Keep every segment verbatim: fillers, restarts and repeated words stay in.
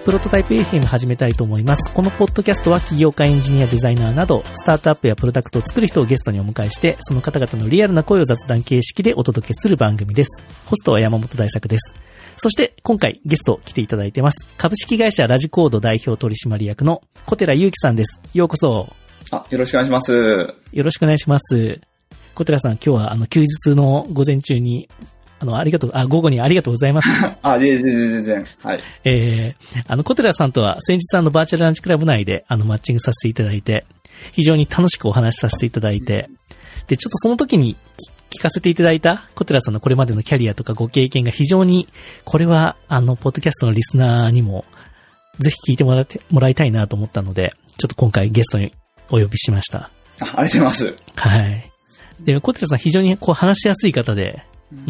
プロトタイプ エフエム 始めたいと思います。このポッドキャストは起業家、エンジニア、デザイナーなど、スタートアップやプロダクトを作る人をゲストにお迎えして、その方々のリアルな声を雑談形式でお届けする番組です。ホストは山本大作です。そして今回ゲスト来ていただいてます。株式会社ラジコード代表取締役の小寺祐樹さんです。ようこそ。 あ、よろしくお願いします。 よろしくお願いします。小寺さん、今日はあの休日の午前中にあの、ありがとう、あ、午後にありがとうございます。 あ、全然全然、はい。 えー、あの、小寺さんとは先日あの、バーチャルランチクラブ内であの、マッチングさせていただいて、非常に楽しくお話しさせていただいて、で、ちょっとその時に聞かせていただいた小寺さんのこれまでのキャリアとかご経験が非常に、これはあの、ポッドキャストのリスナーにも、ぜひ聞いてもらって、もらいたいなと思ったので、ちょっと今回ゲストにお呼びしました。 あ、ありがとうございます。 はい。で、小寺さん非常にこう話しやすい方で、うん。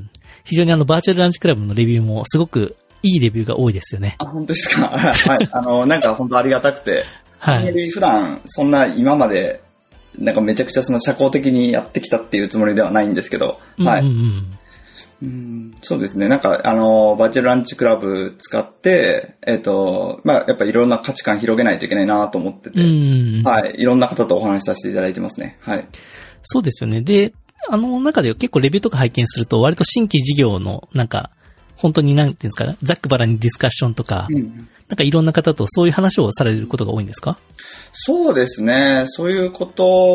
非常にあの、バーチャルランチクラブのレビューもすごくいいレビューが多いですよね。 あ、本当ですか。はい。あの、なんか本当ありがたくて。 はい。 普段、そんな今まで、なんかめちゃくちゃその社交的にやってきたっていうつもりではないんですけど、はい。うんうんうんうん、そうですね。なんか、あの、バーチャルランチクラブ使って、えっと、まあ、やっぱいろんな価値観広げないといけないなと思ってて、うんうん、はい。いろんな方とお話しさせていただいてますね。はい。 そうですよね。で、あの中で結構レビューとか拝見すると、割と新規事業の、なんか、本当になんていうんですかね、ざっくばらんにディスカッションとか、うん、なんかいろんな方とそういう話をされることが多いんですか？ そうですね。そういうこと、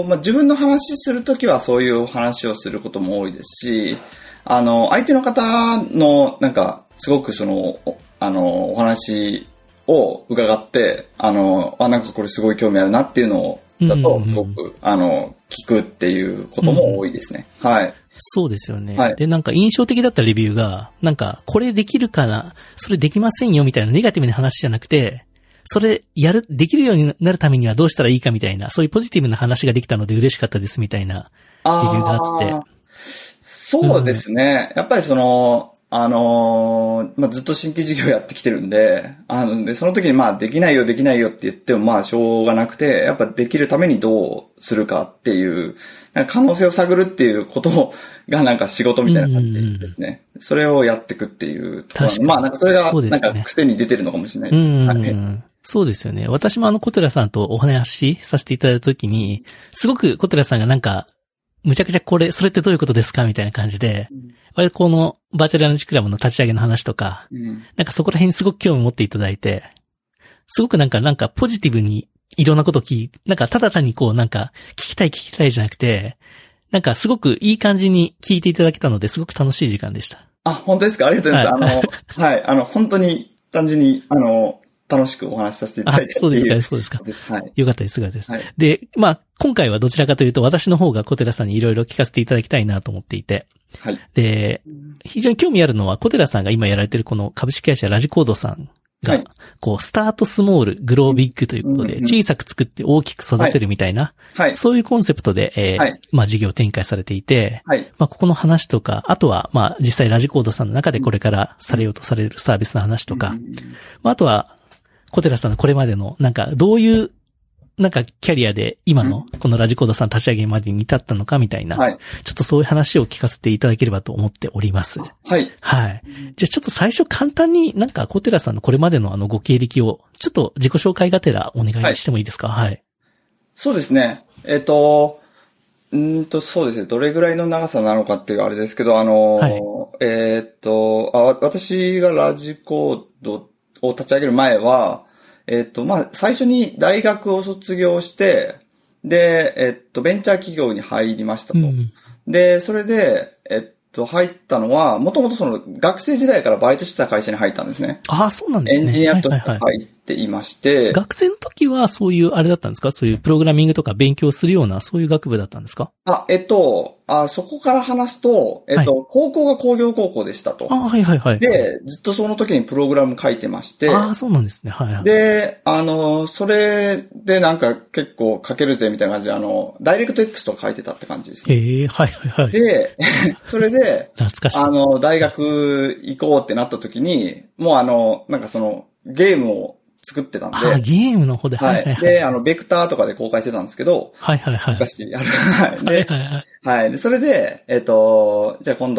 まあ、自分の話するときはそういう話をすることも多いですし、あの、相手の方の、なんか、すごくその、あの、お話を伺って、あの、あ、なんかこれすごい興味あるなっていうのを、だと、すごく、うんうんうん、あの、聞くっていうことも多いですね。うん、はい。 そうですよね。はい。で、なんか印象的だったレビューが、なんか、これできるかな、それできませんよみたいなネガティブな話じゃなくて、それ、やる、できるようになるためにはどうしたらいいかみたいな、そういうポジティブな話ができたので嬉しかったですみたいな、レビューがあって。あそうですね。うん、やっぱりその、あのー、まあ、ずっと新規事業やってきてるんで、あの、で、その時にまあ、できないよ、できないよって言ってもまあ、しょうがなくて、やっぱできるためにどうするかっていう、なんか可能性を探るっていうことがなんか仕事みたいな感じですね。うんうん、それをやっていくっていうところ。確かに。まあ、なんかそれが、なんか癖に出てるのかもしれないです。 うんうんうん、そうですよね。私もあの、小寺さんとお話しさせていただいた時に、すごく小寺さんがなんか、むちゃくちゃこれ、それってどういうことですかみたいな感じで、うん、割とこのバーチャルランチクラブの立ち上げの話とか、うん、なんかそこら辺にすごく興味持っていただいて、すごくなんか、なんかポジティブにいろんなことを聞いて、なんかただ単にこうなんか聞きたい聞きたいじゃなくて、なんかすごくいい感じに聞いていただけたので、すごく楽しい時間でした。 あ、本当ですか？ありがとうございます。はい、あの、はい、あの、本当に単純に、あの、楽しくお話しさせていただいて。 あ、そうですか、そうですか。 はい。 よかったです、よかったです。はい、で、まあ、今回はどちらかというと、私の方が小寺さんにいろいろ聞かせていただきたいなと思っていて。はい。で、非常に興味あるのは、小寺さんが今やられているこの株式会社ラジコードさんが、はい、こう、スタートスモール、グロービッグということで、小さく作って大きく育てるみたいな、はい。そういうコンセプトで、えー、はい、まあ、事業を展開されていて、はい。まあ、ここの話とか、あとは、まあ、実際ラジコードさんの中でこれからされようとされるサービスの話とか、まあ、あとは、小寺さんのこれまでの、なんか、どういう、なんか、キャリアで、今の、このラジコードさん立ち上げまでに至ったのかみたいな、はい、ちょっとそういう話を聞かせていただければと思っております。 はい。 はい。じゃあちょっと最初簡単になんか小寺さんのこれまでのあのご経歴を、ちょっと自己紹介がてらお願いしてもいいですか？はい。はい、 そうですね。えっと、うんと、そうですね。どれぐらいの長さなのかっていうあれですけど、あの、はい、えー、っとあ、私がラジコードを立ち上げる前は、えっと、まあ、最初に大学を卒業して、で、えっと、ベンチャー企業に入りましたと。うん、で、それで、えっと、入ったのは、もともとその学生時代からバイトしてた会社に入ったんですね。 ああ、そうなんですね。 エンジニアとして入っていまして、はいはいはい。 学生の時はそういうあれだったんですか？そういうプログラミングとか勉強するような、そういう学部だったんですか？ あ、えっと、あそこから話すと、えっと、はい、高校が工業高校でしたと。 あはいはいはい。 で、ずっとその時にプログラム書いてまして。 ああ、そうなんですね。はいはい。 で、あの、それでなんか結構書けるぜみたいな感じで、あの、ダイレクト X とか書いてたって感じですね。 へえ、はいはいはい。 で、それで、 懐かしい。 あの、大学行こうってなった時に、もうあの、なんかその、ゲームを作ってたんで。 あ、ゲームの方で。 はい。はいはいはい、で、あの、ベクターとかで公開してたんですけど。 はいはいはい。 昔、ある。はい。で、はいはいはい。はい。で、それで、えっと、じゃあ今度、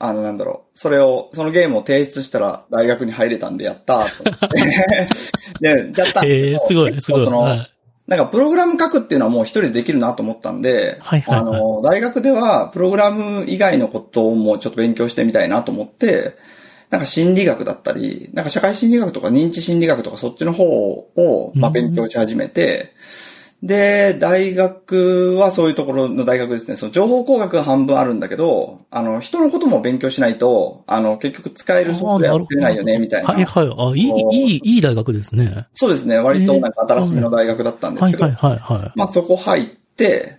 あの、なんだろう、それを、そのゲームを提出したら大学に入れたんで、やったーと思って。で、やったえー、すごい、すごい。はい、 なんか、プログラム書くっていうのはもう一人でできるなと思ったんで、 はいはいはい、 あの、大学では、プログラム以外のことをもうちょっと勉強してみたいなと思って、なんか心理学だったり、なんか社会心理学とか認知心理学とかそっちの方を、まあ、勉強し始めて、うん、で、大学はそういうところの大学ですね。その情報工学が半分あるんだけど、あの、人のことも勉強しないと、あの、結局使えるソフトウェア作れないよね、みたいな。 はいはい。あ、いい、いい、いい大学ですね。 そうですね。割となんか新しめの大学だったんですけど。 はいはいはいはい。 まあそこ入って、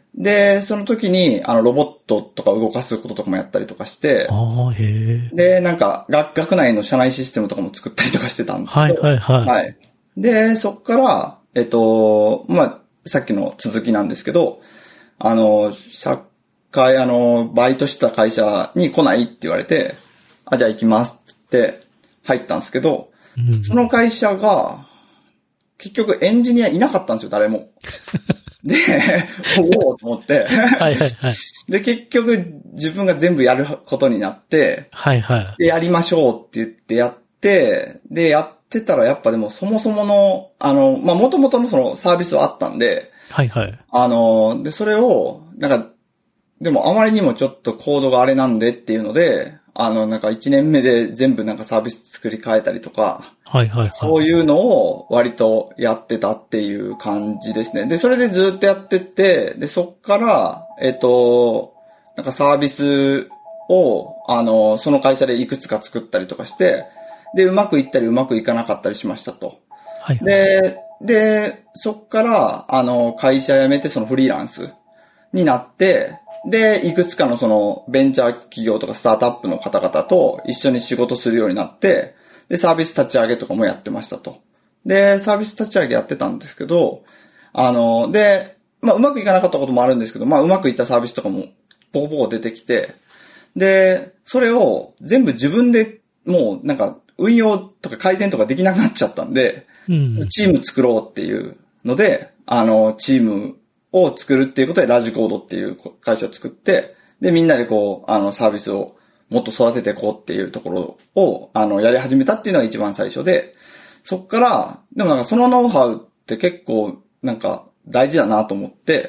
で、その時に、あの、ロボットとか動かすこととかもやったりとかして、 ああ、へえ。 で、なんか、学、学内の社内システムとかも作ったりとかしてたんですけど。 はいはいはい。 はい。で、そっから、えっと、まあ、さっきの続きなんですけど、あの、社会、あの、バイトしてた会社に来ないって言われて、あ、じゃあ行きますって入ったんですけど、うん、その会社が、結局エンジニアいなかったんですよ、誰も。で、おおと思って。 はいはいはい。 で、結局自分が全部やることになって、 はいはい。 で、やりましょうって言ってやって、で、やってたらやっぱでもそもそもの、あの、まあ、元々のそのサービスはあったんで、 はいはい。 あの、で、それを、なんか、でもあまりにもちょっとコードがあれなんでっていうので、あの、なんかいちねんめで全部なんかサービス作り変えたりとか、 はいはいはい。 そういうのを割とやってたっていう感じですね。で、それでずっとやってって、で、そっから、えっと、なんかサービスを、あの、その会社でいくつか作ったりとかして、で、うまくいったりうまくいかなかったりしましたと。 はいはい。 で、で、そっから、あの、会社辞めてそのフリーランスになって、で、いくつかのそのベンチャー企業とかスタートアップの方々と一緒に仕事するようになって、で、サービス立ち上げとかもやってましたと。で、サービス立ち上げやってたんですけど、あの、で、まあ、うまくいかなかったこともあるんですけど、まあ、うまくいったサービスとかもポコポコ出てきて、で、それを全部自分でもうなんか運用とか改善とかできなくなっちゃったんで、うん、チーム作ろうっていうので、あの、チームを作るっていうことでラジコードっていう会社を作って、で、みんなでこう、あの、サービスをもっと育てていこうっていうところを、あの、やり始めたっていうのが一番最初で、そっから、でもなんかそのノウハウって結構なんか大事だなと思って、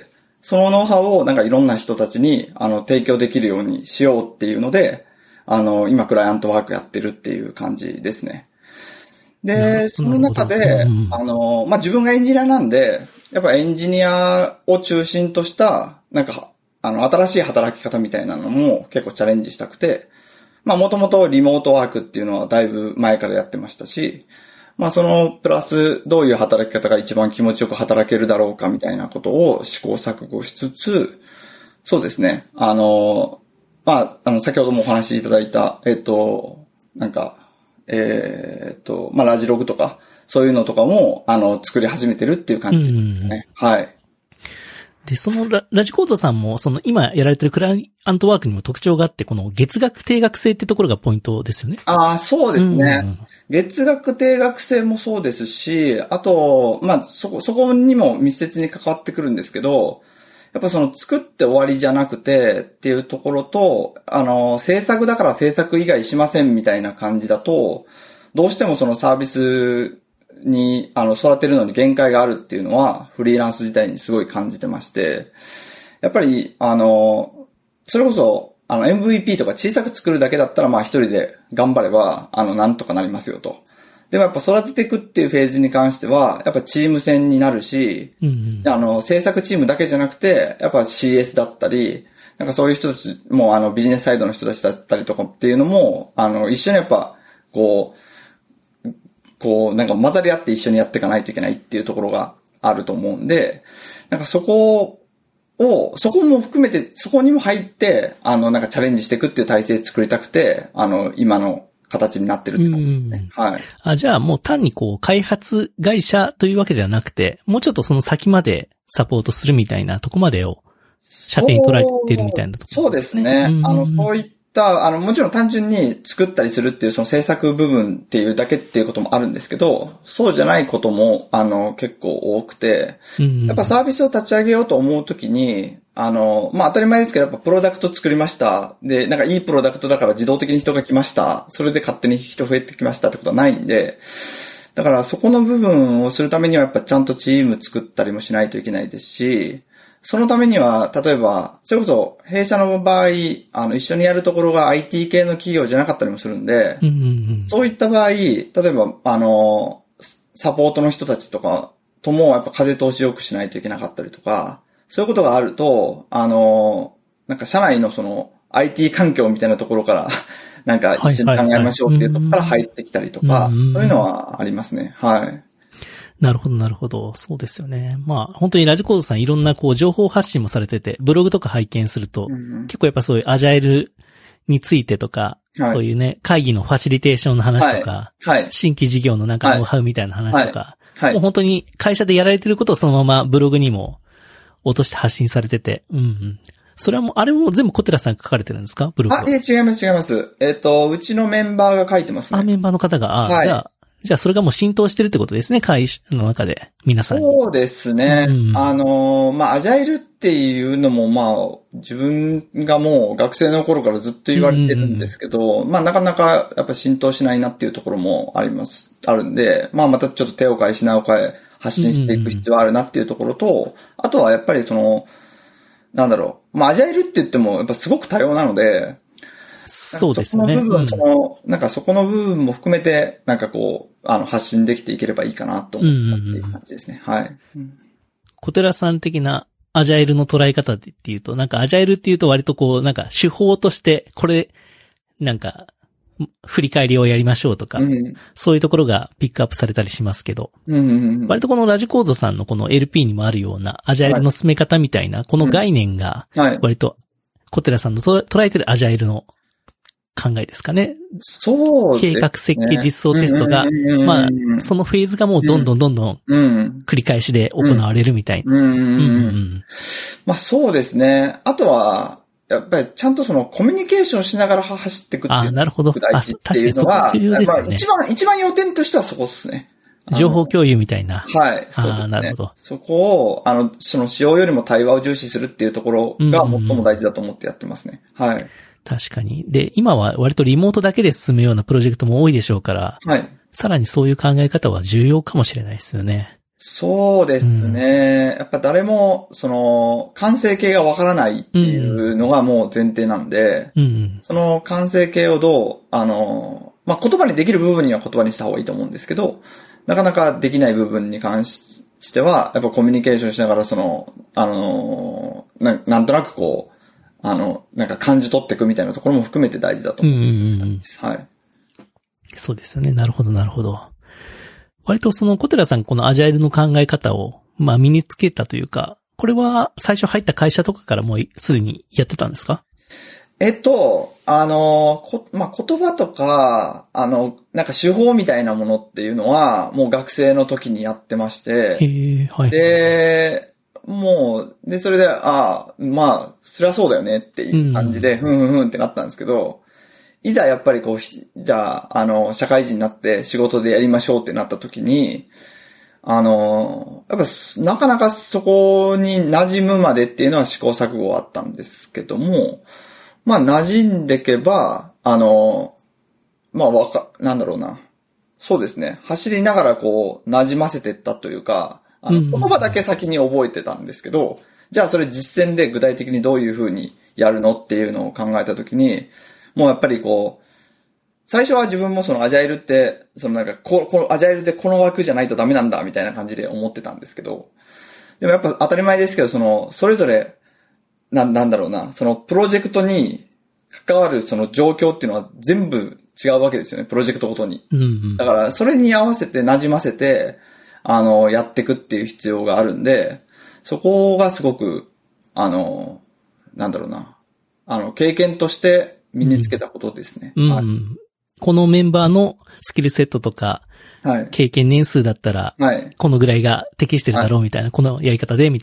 そのノウハウをなんかいろんな人たちに、あの、提供できるようにしようっていうので、あの、今クライアントワークやってるっていう感じですね。で、その中で、うん、あの、まあ、自分がエンジニアなんで、やっぱエンジニアを中心とした、なんか、あの、新しい働き方みたいなのも結構チャレンジしたくて、まあ、もともとリモートワークっていうのはだいぶ前からやってましたし、まあ、その、プラス、どういう働き方が一番気持ちよく働けるだろうかみたいなことを試行錯誤しつつ、そうですね、あの、まあ、あの、先ほどもお話しいただいた、えっと、なんか、えー、っと、まあ、ラジログとか、そういうのとかも、あの、作り始めてるっていう感じですね。はい。 で、そのラ、ラジコードさんも、その今やられてるクライアントワークにも特徴があって、この月額定額制ってところがポイントですよね。 ああ、そうですね。うん、月額定額制もそうですし、あと、まあ、そこ、そこにも密接に関わってくるんですけど、やっぱその作って終わりじゃなくてっていうところと、あの、制作だから制作以外しませんみたいな感じだと、どうしてもそのサービスに、あの、育てるのに限界があるっていうのは、フリーランス自体にすごい感じてまして、やっぱり、あの、それこそ、あの、エムブイピー とか小さく作るだけだったら、まあ一人で頑張れば、あの、なんとかなりますよと。でもやっぱ育てていくっていうフェーズに関しては、やっぱチーム戦になるし、うんうん、あの、制作チームだけじゃなくて、やっぱ シーエス だったり、なんかそういう人たちも、あの、ビジネスサイドの人たちだったりとかっていうのも、あの、一緒にやっぱ、こう、こう、なんか混ざり合って一緒にやっていかないといけないっていうところがあると思うんで、なんかそこを、そこも含めて、そこにも入って、あの、なんかチャレンジしていくっていう体制作りたくて、あの、今の、形になってるって感じですね。はい。 あ、じゃあもう単にこう開発会社というわけではなくて、もうちょっとその先までサポートするみたいなとこまでを射程に捉えてるみたいなところですね。 そうですね。あの、そういった、あの、もちろん単純に作ったりするっていうその制作部分っていうだけっていうこともあるんですけど、そうじゃないことも、あの、結構多くて、やっぱサービスを立ち上げようと思うときに、 あの、まあ、当たり前ですけど、やっぱプロダクト作りました。で、なんかいいプロダクトだから自動的に人が来ました。それで勝手に人増えてきましたってことはないんで、だからそこの部分をするためにはやっぱちゃんとチーム作ったりもしないといけないですし、そのためには、例えば、それこそ弊社の場合、あの、一緒にやるところが アイティー 系の企業じゃなかったりもするんで、 うんうんうん、 そういった場合、例えば、あの、サポートの人たちとかともやっぱ風通しよくしないといけなかったりとか、そういうことがあると、あの、なんか社内のその アイティー 環境みたいなところから、なんか一緒に考えましょうっていうところから入ってきたりとか、そういうのはありますね。はい。 なるほど、なるほど。そうですよね。まあ、本当にラジコードさんいろんなこう情報発信もされてて、ブログとか拝見すると、うんうん、結構やっぱそういうアジャイルについてとか、はい、そういうね、会議のファシリテーションの話とか、はいはい、新規事業のなんかノウハウみたいな話とか、はいはい、もう本当に会社でやられてることをそのままブログにも落として発信されてて、うんうん。それはもう、あれも全部小寺さんが書かれてるんですかブログは。 あ、いえ、違います、違います。えっ、ー、と、うちのメンバーが書いてますね。 あ、メンバーの方が、あ、はい、じゃあ、じゃあそれがもう浸透してるってことですね、会社の中で、皆さんに。 そうですね。うん、あの、まあ、アジャイルっていうのも、まあ、自分がもう学生の頃からずっと言われてるんですけど、うんうんうん、まあ、なかなかやっぱ浸透しないなっていうところもあります、あるんで、まあ、またちょっと手を変え品を変え、発信していく必要あるなっていうところと、うんうんうん、あとはやっぱりその、なんだろう、まあ、アジャイルって言ってもやっぱすごく多様なので、 そうですね。 そこの部分、うん、その、なんかそこの部分も含めて、なんかこう、あの、発信できていければいいかなと思ったっていう感じですね。うんうんうん、はい。 小寺さん的なアジャイルの捉え方っていうと、なんかアジャイルっていうと割とこう、なんか手法として、これ、なんか、振り返りをやりましょうとか、うん、そういうところがピックアップされたりしますけど、 うんうんうん、 割とこのラジコードさんのこの エルピー にもあるようなアジャイルの進め方みたいな、はい、この概念が、割と小寺さんの捉えてるアジャイルの考えですかね。 そうですね。 計画設計実装テストが、まあ、そのフェーズがもうどんどんどんどん繰り返しで行われるみたいな。 まあそうですね。あとは、やっぱりちゃんとそのコミュニケーションしながら走っていくっていうのが大事っていうのは、一番、一番要点としてはそこですね。 情報共有みたいな。 はい。そうですね。あ、なるほど。そこを、あの、その使用よりも対話を重視するっていうところが最も大事だと思ってやってますね。はい。 確かに。で、今は割とリモートだけで進むようなプロジェクトも多いでしょうから、 はい。 さらにそういう考え方は重要かもしれないですよね。 そうですね。うん、やっぱ誰も、その、完成形がわからないっていうのがもう前提なんで、 うんうん、 その完成形をどう、あの、まあ、言葉にできる部分には言葉にした方がいいと思うんですけど、なかなかできない部分に関しては、やっぱコミュニケーションしながら、その、あの、な, なんとなくこう、あの、なんか感じ取っていくみたいなところも含めて大事だと思います。うんうんうん、はい。 そうですよね。なるほど、なるほど。割とその小寺さん、このアジャイルの考え方を、まあ身につけたというか、これは最初入った会社とかからもうすでにやってたんですか？ えっと、あの、こまあ、言葉とか、あの、なんか手法みたいなものっていうのは、もう学生の時にやってまして、 へー、はい。 で、もう、で、それで、ああ、まあ、そりゃそうだよねっていう感じで、ふんふんふんってなったんですけど、いざやっぱりこう、じゃあ、あの、社会人になって仕事でやりましょうってなった時に、あの、やっぱ、なかなかそこに馴染むまでっていうのは試行錯誤あったんですけども、まあ、馴染んでけば、あの、まあ、わか、なんだろうな。そうですね。走りながらこう、馴染ませてったというか、あの、言葉だけ先に覚えてたんですけど、じゃあそれ実践で具体的にどういう風にやるのっていうのを考えたときに、もうやっぱりこう、最初は自分もそのアジャイルって、そのなんかこ、このアジャイルでこの枠じゃないとダメなんだみたいな感じで思ってたんですけど、でもやっぱ当たり前ですけど、その、それぞれ、な、なんだろうな、そのプロジェクトに関わるその状況っていうのは全部違うわけですよね、プロジェクトごとに。 うんうん、 だからそれに合わせて馴染ませて、あの、やっていくっていう必要があるんで、そこがすごく、あの、なんだろうな、あの、経験として身につけたことですね。 うんはい、 うん、このメンバーのスキルセットとか、はい、経験年数だったら、はい、このぐらいが適してるだろうみたいな、はい、このやり方でみたいな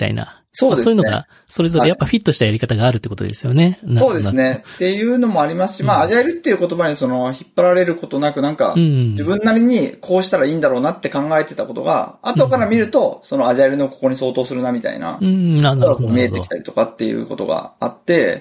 そうですね。 そういうのが、それぞれやっぱフィットしたやり方があるってことですよね。 はい、そうですね。っていうのもありますし、まあ、アジャイルっていう言葉にその、引っ張られることなく、なんか、自分なりにこうしたらいいんだろうなって考えてたことが、後から見ると、そのアジャイルのここに相当するなみたいな、 うん、なるほど。 見えてきたりとかっていうことがあって、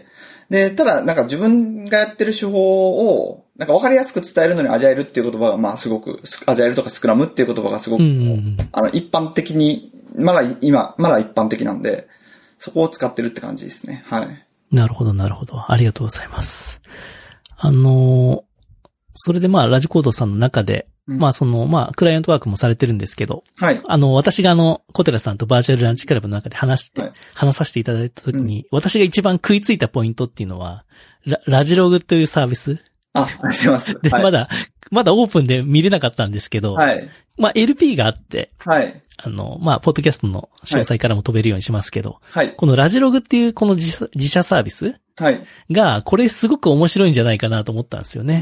で、ただ、なんか自分がやってる手法を、なんか分かりやすく伝えるのにアジャイルっていう言葉が、まあすごく、アジャイルとかスクラムっていう言葉がすごく、うん、あの、一般的に、まだ今、まだ一般的なんで、そこを使ってるって感じですね。はい。 なるほど、なるほど。ありがとうございます。あの、それでまあ、ラジコードさんの中で、うん、まあその、まあ、クライアントワークもされてるんですけど、 はい。 あの、私があの、小寺さんとバーチャルランチクラブの中で話して、はい、話させていただいたときに、うん、私が一番食いついたポイントっていうのは、ラ, ラジログというサービス。 あ、ありがとうございます。 で、はい、まだ、まだオープンで見れなかったんですけど、 はい。 まあ エルピー があって、 はい。 あの、まあ、ポッドキャストの詳細からも飛べるようにしますけど、 はい。 このラジログっていうこの自社サービスはい。 が、これすごく面白いんじゃないかなと思ったんですよね。 うん、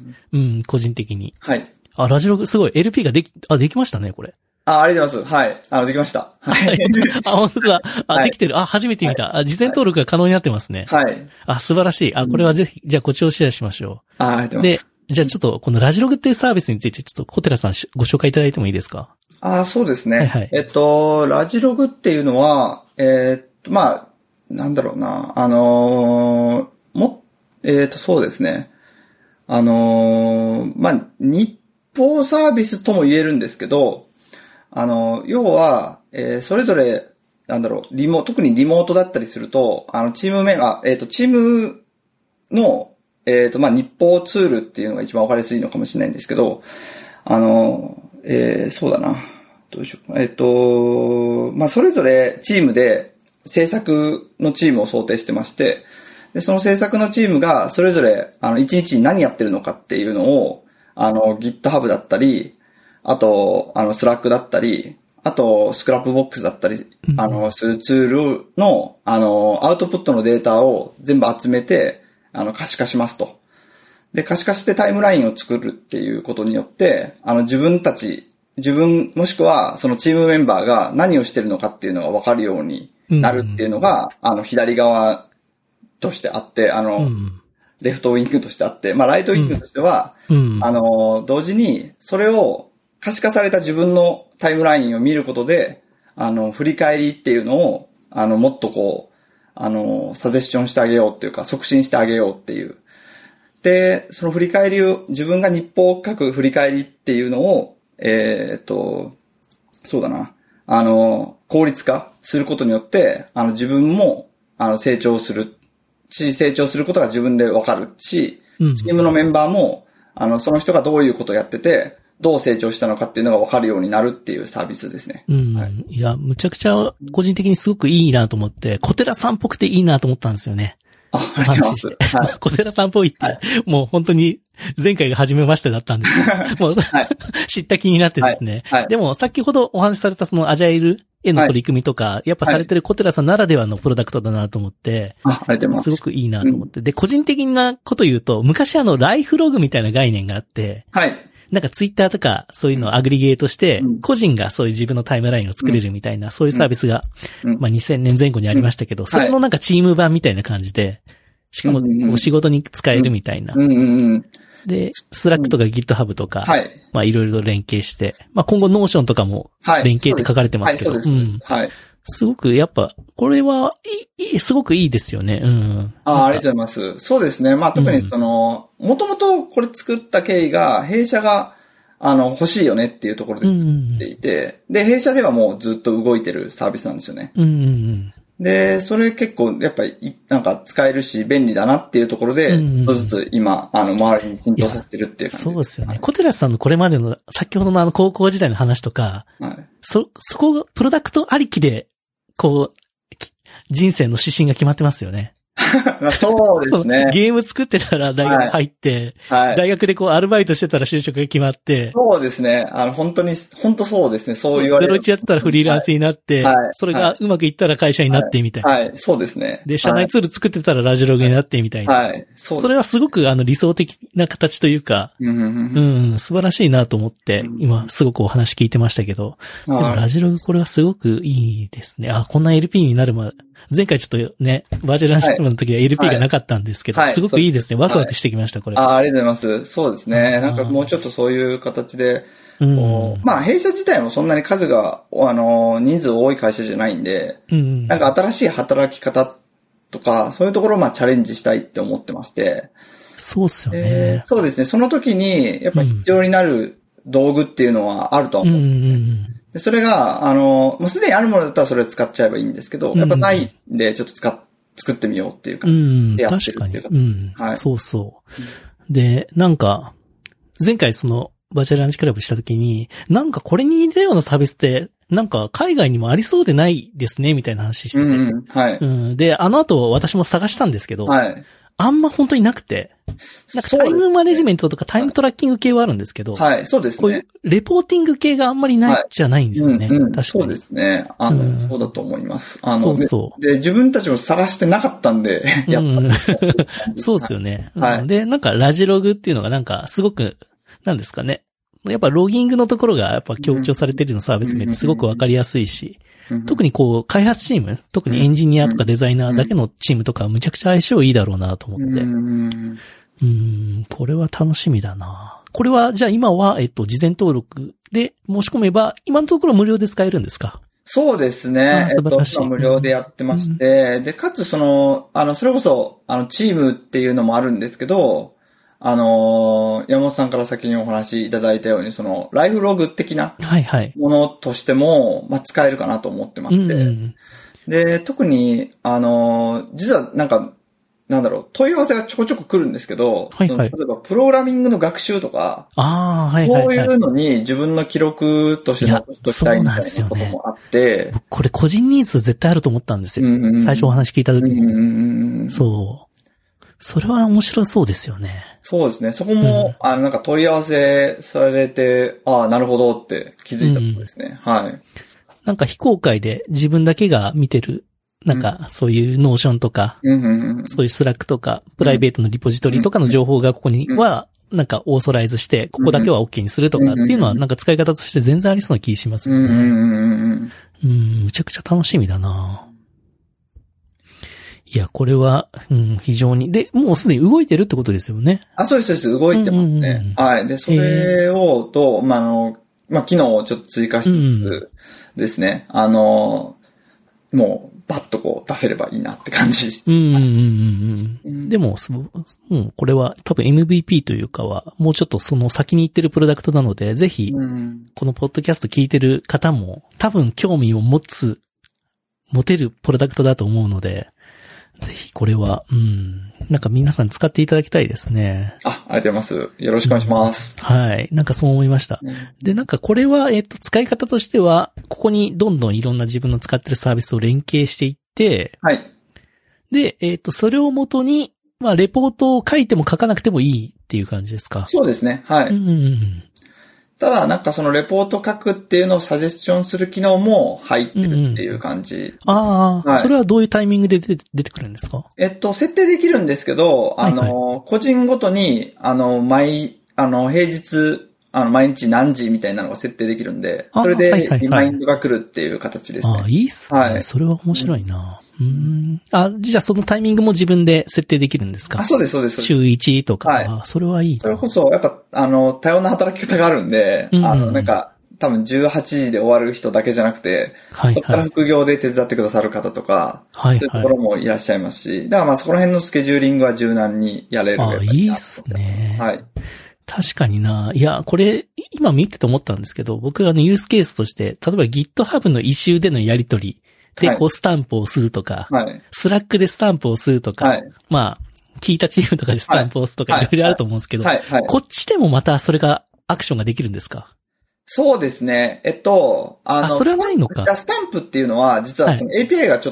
うん、個人的に。 はい。 あ、ラジログすごい エルピー ができ、あ、できましたね、これ。 あ、ありがとうございます。はい。あの、できました。はい。 あ、本当だ。あ、はい、できてる。あ、初めて見た。はい、あ、事前登録が可能になってますね。 はい。 あ、素晴らしい。あ、これはぜひ、うん、じゃあこっちをシェアしましょう。あ、ありがとうございます。 で、じゃあちょっと、このラジログっていうサービスについて、ちょっと小寺さんご紹介いただいてもいいですか？ あ、そうですね。 はいはい。 えっと、ラジログっていうのは、えー、っと、まあ、なんだろうな。あのー、も、えー、っと、そうですね。あのー、まあ、日報サービスとも言えるんですけど、あの、要は、えー、それぞれ、なんだろう、リモ、特にリモートだったりすると、あの、チームメンバー、えっと、チームの、えっと、まあ、日報ツールっていうのが一番わかりやすいのかもしれないんですけど、あの、えー、そうだな。どうしようか。えっと、まあ、それぞれチームで制作のチームを想定してまして、で、その制作のチームがそれぞれ、あの、一日に何やってるのかっていうのを、あの、GitHub だったり、あと、あの、Slack だったり、あと、スクラップボックスだったり、あの、するツールの、あの、アウトプットのデータを全部集めて、あの、可視化しますと。で、可視化してタイムラインを作るっていうことによって、あの、自分たち、自分、もしくは、そのチームメンバーが何をしてるのかっていうのが分かるようになるっていうのが、うん、あの、左側としてあって、あの、うん、レフトウィングとしてあって、まあ、ライトウィングとしては、うん、あの、同時に、それを可視化された自分のタイムラインを見ることで、あの、振り返りっていうのを、あの、もっとこう、あの、サジェスションしてあげようっていうか、促進してあげようっていう。で、その振り返りを、自分が日報を書く振り返りっていうのを、えーっと、そうだな。あの、効率化することによって、あの、自分も、あの、成長するし、成長することが自分でわかるし、チームのメンバーも、あの、その人がどういうことをやってて、どう成長したのかっていうのが分かるようになるっていうサービスですね。 うん。はい、いや、むちゃくちゃ個人的にすごくいいなと思って、小寺さんっぽくていいなと思ったんですよね。 あ、ありがとうございます。はい、 小寺さんっぽいって、はい、もう本当に前回が初めましてだったんですけど、もう、はい、知った気になってですね、はいはい。でも先ほどお話しされたそのアジャイルへの取り組みとか、はい、やっぱされてる小寺さんならではのプロダクトだなと思って、 あ、ありがとうございます。 すごくいいなと思って、うん。で、個人的なこと言うと、昔あのライフログみたいな概念があって、 はい。 なんかツイッターとかそういうのをアグリゲートして、個人がそういう自分のタイムラインを作れるみたいな、そういうサービスが、まあにせんねんぜん後にありましたけど、それのなんかチーム版みたいな感じで、しかも仕事に使えるみたいな。で、スラックとか GitHub とか、まあいろいろ連携して、まあ今後 Notion とかも連携って書かれてますけど、すごくやっぱ、これはいい、すごくいいですよね。うん。 ああ、ありがとうございます。そうですね。まあ特にその、もともとこれ作った経緯が、弊社が、あの、欲しいよねっていうところで作っていて、うん、で、弊社ではもうずっと動いてるサービスなんですよね。 うんうんうん、 で、それ結構やっぱり、なんか使えるし便利だなっていうところで、ちょっとずつ今、あの、周りに浸透させてるっていう感じです。 そうですよね。はい、小寺さんのこれまでの、先ほどのあの高校時代の話とか、はい、そ、そこ、プロダクトありきで、こう、人生の指針が決まってますよね。 そうですね。 ゲーム作ってたら大学入って、はいはい、大学でこうアルバイトしてたら就職が決まって。 そうですね。あの、本当に、本当そうですね。そう言われる。 ゼロイチやってたらフリーランスになって、はいはい、それがうまくいったら会社になってみたいな。 はい、はい、そうですね。 で、社内ツール作ってたらラジログになってみたいな。はい。はい、そう。それはすごくあの理想的な形というか、うん、うん、素晴らしいなと思って、うん、今すごくお話聞いてましたけど、でもラジログこれはすごくいいですね。あ、こんな エルピー になるまで、前回ちょっとね、バーチャルランシングの時は エルピー がなかったんですけど、はいはい、すごくいいですね。ワクワクしてきました、これ。 あ、ありがとうございます。そうですね。なんかもうちょっとそういう形で、うん、まあ弊社自体もそんなに数が、あの、人数多い会社じゃないんで、うん、なんか新しい働き方とか、そういうところをまあチャレンジしたいって思ってまして。 そうっすよね、 えー。そうですね。その時に、やっぱ必要になる道具っていうのはあると思うんですね。うんうんでそれが、あの、もうすでにあるものだったらそれを使っちゃえばいいんですけど、やっぱないんで、ちょっと使っ、作ってみようっていうか、うん、やってるっていうか。 確かに。うん、はい。そうそう。で、なんか、前回その、バーチャルランチクラブした時に、なんかこれに似たようなサービスって、なんか海外にもありそうでないですね、みたいな話してて。うん、はい。うん。で、あの後私も探したんですけど、はい。あんま本当になくて、なんかタイムマネジメントとかタイムトラッキング系はあるんですけど、 はい、そうですね。 こういうレポーティング系があんまりないじゃないんですよね。はいうんうん、確かに。 そうですね。あの、うん、そうだと思います。あの、そうそう。で、自分たちも探してなかったんで、やっぱ、うん、 そうですよね、はい。で、なんかラジログっていうのがなんかすごく、なんですかね。やっぱロギングのところがやっぱ強調されてるのサービス名ってすごくわかりやすいし、特にこう、開発チーム、特にエンジニアとかデザイナーだけのチームとかはむちゃくちゃ相性いいだろうなと思って。うん、うんこれは楽しみだな。これは、じゃあ今は、えっと、事前登録で申し込めば、今のところ無料で使えるんですか？ そうですね。えっと、無料でやってまして、うん、で、かつその、あの、それこそ、あの、チームっていうのもあるんですけど、あのー、山本さんから先にお話いただいたように、その、ライフログ的なものとしても、はいはい、まあ、使えるかなと思ってまして、うんうん、で、特に、あのー、実はなんか、なんだろう、問い合わせがちょこちょこ来るんですけど、はいはい、例えば、プログラミングの学習とか、あはいはいはい、そういうのに自分の記録として残しておきたいみたいなこともあって、 ね、これ個人ニーズ絶対あると思ったんですよ。うんうん、最初お話聞いた時に、うんうんうん。そう。それは面白そうですよね。 そうですね。そこも、うん、あの、なんか問い合わせされて、ああ、なるほどって気づいたところですね、うん。はい。 なんか非公開で自分だけが見てる、なんかそういうノーションとか、うん、そういうスラックとか、プライベートのリポジトリとかの情報がここには、なんかオーソライズして、ここだけは OK にするとかっていうのは、なんか使い方として全然ありそうな気しますよね。うん、むちゃくちゃ楽しみだな。いや、これは、うん、非常に。で、もうすでに動いてるってことですよね。 あ、そうです、そうです。動いてますね。うんうんうん、はい。で、それを、と、まあ、あの、まあ、機能をちょっと追加しつつですね、うん、あの、もう、バッとこう出せればいいなって感じです。うんうんうんうん。でも、もうこれは多分 エムブイピー というかは、もうちょっとその先に行ってるプロダクトなので、ぜひ、このポッドキャスト聞いてる方も、多分興味を持つ、持てるプロダクトだと思うので、ぜひこれは、うん、なんか皆さん使っていただきたいですね。 あ、ありがとうございます。よろしくお願いします。 うん、はい。なんかそう思いました。うん、で、なんかこれは、えっと、使い方としては、ここにどんどんいろんな自分の使ってるサービスを連携していって、はい。で、えっと、それをもとに、まあ、レポートを書いても書かなくてもいいっていう感じですか？ そうですね。はい。うんうんうんただ、なんかそのレポート書くっていうのをサジェスションする機能も入ってるっていう感じ。うんうん、 ああ、はい、それはどういうタイミングで出て、出てくるんですか？ えっと、設定できるんですけど、あの、はいはい、個人ごとに、あの、毎、あの、平日、あの、毎日何時みたいなのが設定できるんで、それでリマインドが来るっていう形ですね。 ああ、いいっすね。はい。それは面白いな。うん、うんあ、じゃあそのタイミングも自分で設定できるんですか？ あ、そうです、そうです。 週いちとか。はい。それはいい。 それこそ、やっぱ、あの、多様な働き方があるんで、うんうん、あの、なんか、多分じゅうはちじで終わる人だけじゃなくて、はいはい、そこから副業で手伝ってくださる方とか、はいはい、そういうところもいらっしゃいますし、だからまあそこら辺のスケジューリングは柔軟にやれる。 あ、いいっすね。はい。確かにな。いや、これ、今見てて思ったんですけど、僕あのユースケースとして、例えば GitHub のイシューでのやり取りで、こうスタンプを押すとか、はい、スラックでスタンプを押すとか、はい、まあ、聞いたチームとかでスタンプを押すとか、はい、いろいろあると思うんですけど、はいはい、こっちでもまたそれが、アクションができるんですか？ そうですね。えっと、あの、 あ、それはないのか。 スタンプっていうのは、実は エーピーアイ がちょっと、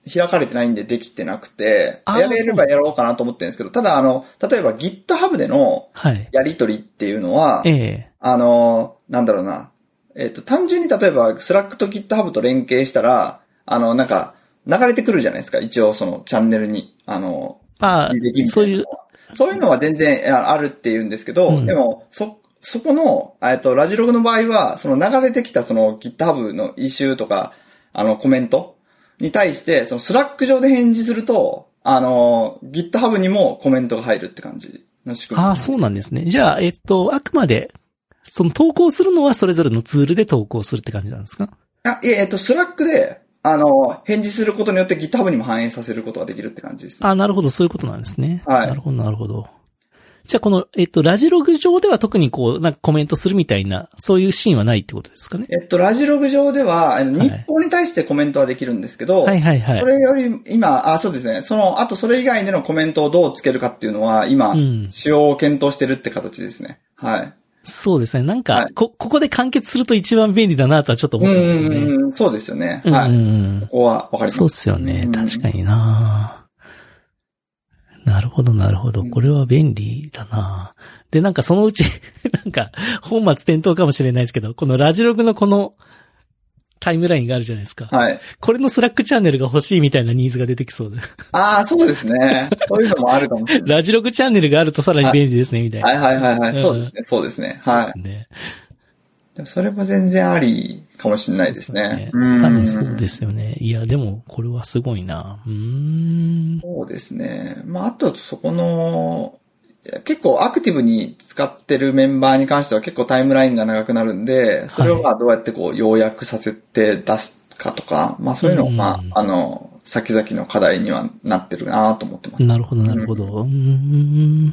開かれてないんでできてなくて、やれればやろうかなと思ってるんですけど、ただあの、例えば GitHub でのやり取りっていうのは、はい、ええ、あの、なんだろうな、えっと、単純に例えば Slack と GitHub と連携したら、あの、なんか、流れてくるじゃないですか、一応そのチャンネルに、あの、 ああ、そういう。 そういうのは全然あるって言うんですけど、うん、でも、そ、そこの、えっと、ラジログの場合は、その流れてきたその GitHub のイシューとか、あの、コメントに対して、その Slack 上で返事すると、あの、GitHub にもコメントが入るって感じの仕組み。 ああ、そうなんですね。じゃあ、えっと、あくまで、その投稿するのはそれぞれのツールで投稿するって感じなんですか？ あ、いえ、えっと、Slack で、あの、返事することによって GitHub にも反映させることができるって感じですね。 あ、なるほど、そういうことなんですね。 はい。 なるほど、なるほど。じゃあ、この、えっと、ラジログ上では特にこう、なんかコメントするみたいな、そういうシーンはないってことですかね。 えっと、ラジログ上では、日報に対してコメントはできるんですけど、 はいはいはい。 それより、今、あ、そうですね。その、あとそれ以外でのコメントをどうつけるかっていうのは、今、うん、使用を検討してるって形ですね。はい。 そうですね。なんか、はい、こ、ここで完結すると一番便利だなとはちょっと思ったんですよね。 うん、そうですよね。はい。うん、ここはわかります。 そうですよね。確かにな。なるほど、なるほど。これは便利だな。で、なんかそのうち、なんか、本末転倒かもしれないですけど、このラジログのこのタイムラインがあるじゃないですか。 はい。 これのスラックチャンネルが欲しいみたいなニーズが出てきそうで。 ああ、そうですね。そういうのもあるかもしれない。 ラジログチャンネルがあるとさらに便利ですね、みたいな。 はいはいはいはい。そうですね。そうですね。はい。そうですね。でもそれは全然ありかもしれないですね。 そうですね。多分そうですよね。いや、でもこれはすごいな。うーん。 そうですね。まあ、あとそこの、結構アクティブに使ってるメンバーに関しては結構タイムラインが長くなるんで、それをまあどうやってこう要約させて出すかとか、まあそういうのをまあ、あの、先々の課題にはなってるなと思ってます。 なるほど、なるほど。うん、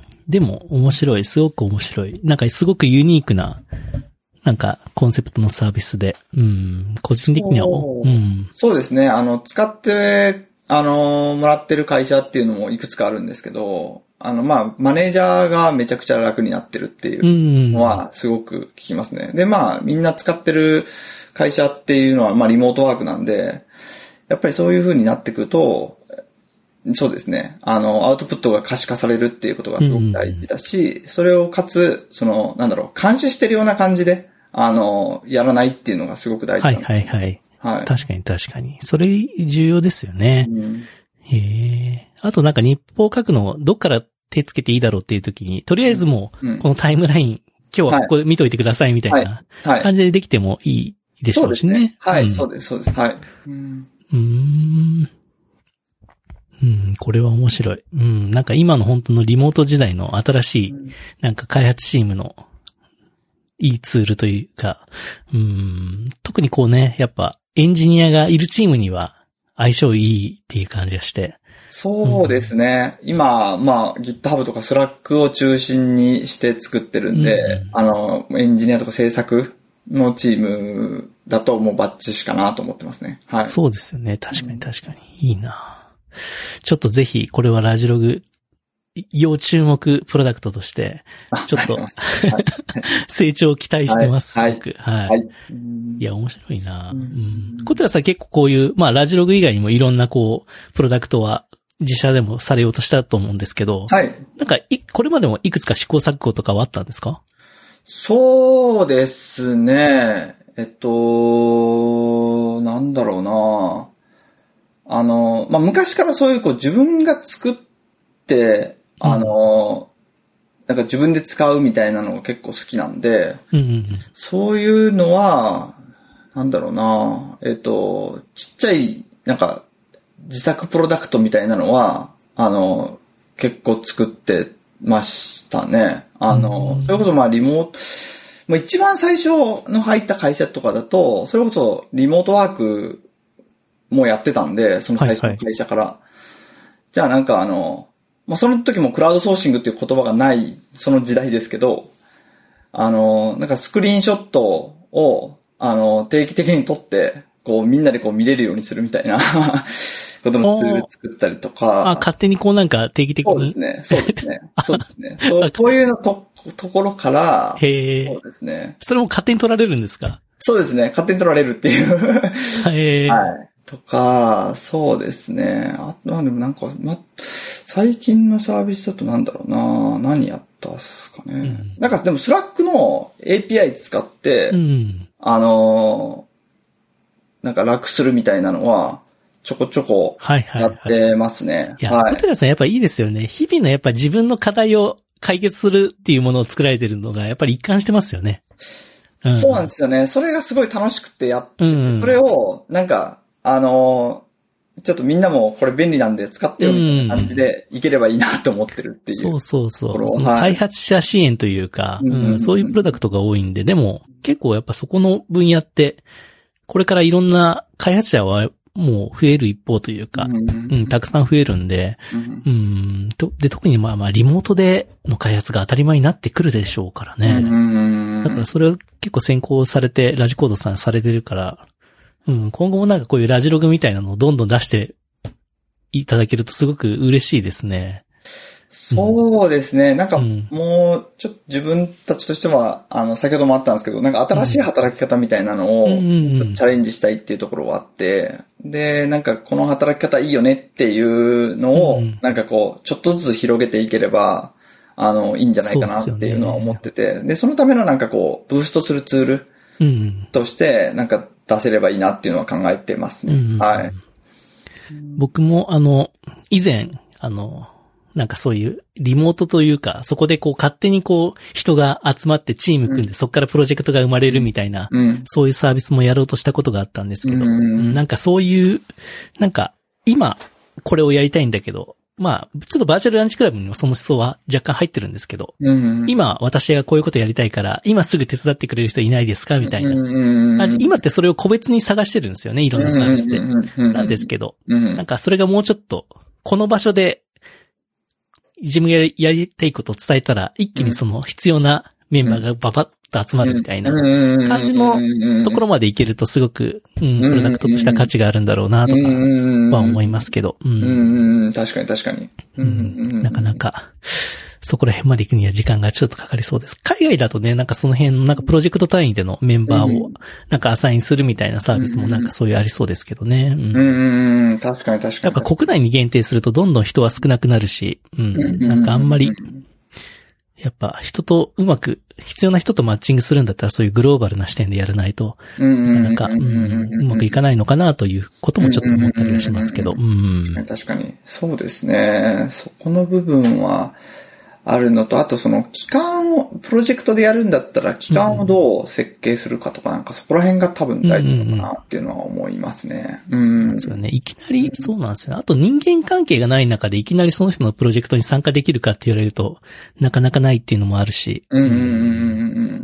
でも面白い。すごく面白い。なんかすごくユニークな、なんかコンセプトのサービスで、うん、個人的には、 そう、うん、そうですね。あの、使って、あの、もらってる会社っていうのもいくつかあるんですけど、あの、まあ、マネージャーがめちゃくちゃ楽になってるっていうのはすごく聞きますね。で、まあ、みんな使ってる会社っていうのは、まあ、リモートワークなんで、やっぱりそういう風になってくると、そうですね。あの、アウトプットが可視化されるっていうことがすごく大事だし、それをかつ、その、なんだろう、監視してるような感じで、あの、やらないっていうのがすごく大事なんで。 はいはいはい。はい。確かに確かに。それ重要ですよね。うん、へえ。あとなんか日報書くのどっから手つけていいだろうっていう時に、とりあえずもう、このタイムライン、うん、今日はここで見といてくださいみたいな感じでできてもいいでしょうしね。はい。 はい、そうです、そうです。はい。 うん。うーん。うん、これは面白い。うん、なんか今の本当のリモート時代の新しい、なんか開発チームのいいツールというか、うん、特にこうね、やっぱエンジニアがいるチームには相性いいっていう感じがして。 そうですね。うん、今、まあ GitHub とか Slack を中心にして作ってるんで、うん、あの、エンジニアとか制作のチームだともうバッチシかなと思ってますね。はい。 そうですよね。確かに確かに。いいな。ちょっとぜひ、これはラジログ、要注目プロダクトとして、ちょっと、はい、成長を期待してます、 はい、 すごく。はい。はい、いや、面白いな。うん。小寺さん結構こういう、まあ、ラジログ以外にもいろんなこう、プロダクトは自社でもされようとしたと思うんですけど、 はい。 なんか、い、これまでもいくつか試行錯誤とかはあったんですか？ そうですね。えっと、なんだろうな。あの、まあ、昔からそういうこう自分が作って、あの、うん、なんか自分で使うみたいなのが結構好きなんで、 うんうんうん、 そういうのは、なんだろうな、えっと、ちっちゃい、なんか、自作プロダクトみたいなのは、あの、結構作ってましたね。あの、うん、それこそまあリモート、まあ、一番最初の入った会社とかだと、それこそリモートワーク、もうやってたんで、その最初の会社から。はいはい、じゃあなんかあの、まあ、その時もクラウドソーシングっていう言葉がないその時代ですけど、あの、なんかスクリーンショットを、あの、定期的に撮って、こうみんなでこう見れるようにするみたいなことのツール作ったりとか。 あ、勝手にこうなんか定期的に。 そうですね。そうですね。そうですね。そうこういうのと、ところから、 へそうですね。 それも勝手に取られるんですか？ そうですね。勝手に取られるっていう。 へはい。 とか、そうですね。あとはでもなんか、ま、最近のサービスだとなんだろうな、何やったっすかね。うん、なんかでもスラックの エーピーアイ 使って、うん、あの、なんか楽するみたいなのは、ちょこちょこやってますね。はいはいはい、 いや、はい、小寺さんやっぱいいですよね。日々のやっぱ自分の課題を解決するっていうものを作られてるのがやっぱり一貫してますよね。 うん、そうなんですよね。それがすごい楽しくてやって、うんうん、それをなんか、あのー、ちょっとみんなもこれ便利なんで使ってよみたいな感じでいければいいなと思ってるっていう、 うん。そうそうそう。その開発者支援というか、はい、うん、そういうプロダクトが多いんで、でも結構やっぱそこの分野って、これからいろんな開発者はもう増える一方というか、うんうん、たくさん増えるんで、うん、とで、特にまあまあリモートでの開発が当たり前になってくるでしょうからね。うん、だからそれを結構先行されて、ラジコードさんされてるから、うん、今後もなんかこういうラジログみたいなのをどんどん出していただけるとすごく嬉しいですね。 そうですね。なんかもうちょっと自分たちとしては、あの、先ほどもあったんですけど、なんか新しい働き方みたいなのをチャレンジしたいっていうところはあって、で、なんかこの働き方いいよねっていうのを、なんかこう、ちょっとずつ広げていければ、あの、いいんじゃないかなっていうのは思ってて、で、そのためのなんかこう、ブーストするツールとして、なんか出せればいいなっていうのは考えてますね。うん、はい。 僕もあの、以前、あの、なんかそういうリモートというか、そこでこう勝手にこう人が集まってチーム組んで、うん、そこからプロジェクトが生まれるみたいな、うん、そういうサービスもやろうとしたことがあったんですけど、うん、なんかそういう、なんか今これをやりたいんだけど、まあ、ちょっとバーチャルランチクラブにもその思想は若干入ってるんですけど、うん、今私がこういうことやりたいから、今すぐ手伝ってくれる人いないですかみたいな、うん。今ってそれを個別に探してるんですよね、いろんなサービスで。なんですけど、なんかそれがもうちょっと、この場所で、自分がやりたいことを伝えたら、一気にその必要なメンバーがババッと集まるみたいな感じのところまでいけるとすごく、うん、プロダクトとした価値があるんだろうなとかは思いますけど。うんうん、確かに確かに、 うん。なかなか、そこら辺まで行くには時間がちょっとかかりそうです。海外だとね、なんかその辺のなんかプロジェクト単位でのメンバーをなんかアサインするみたいなサービスもなんかそういうありそうですけどね。 うん、うんうん、確かに確かに。 やっぱ国内に限定するとどんどん人は少なくなるし、うん、なんかあんまり、やっぱ人とうまく、必要な人とマッチングするんだったらそういうグローバルな視点でやらないと、なかなか、うん、うまくいかないのかなということもちょっと思ったりはしますけど。うん、 確かに確かに。そうですね。そこの部分は、あるのと、あとその期間を、プロジェクトでやるんだったら期間をどう設計するかとかなんかそこら辺が多分大事なのかなっていうのは思いますね。 うんうんうん、そうなんですよね。いきなり、そうなんですよね。あと人間関係がない中でいきなりその人のプロジェクトに参加できるかって言われると、なかなかないっていうのもあるし。 うんうんうんうん、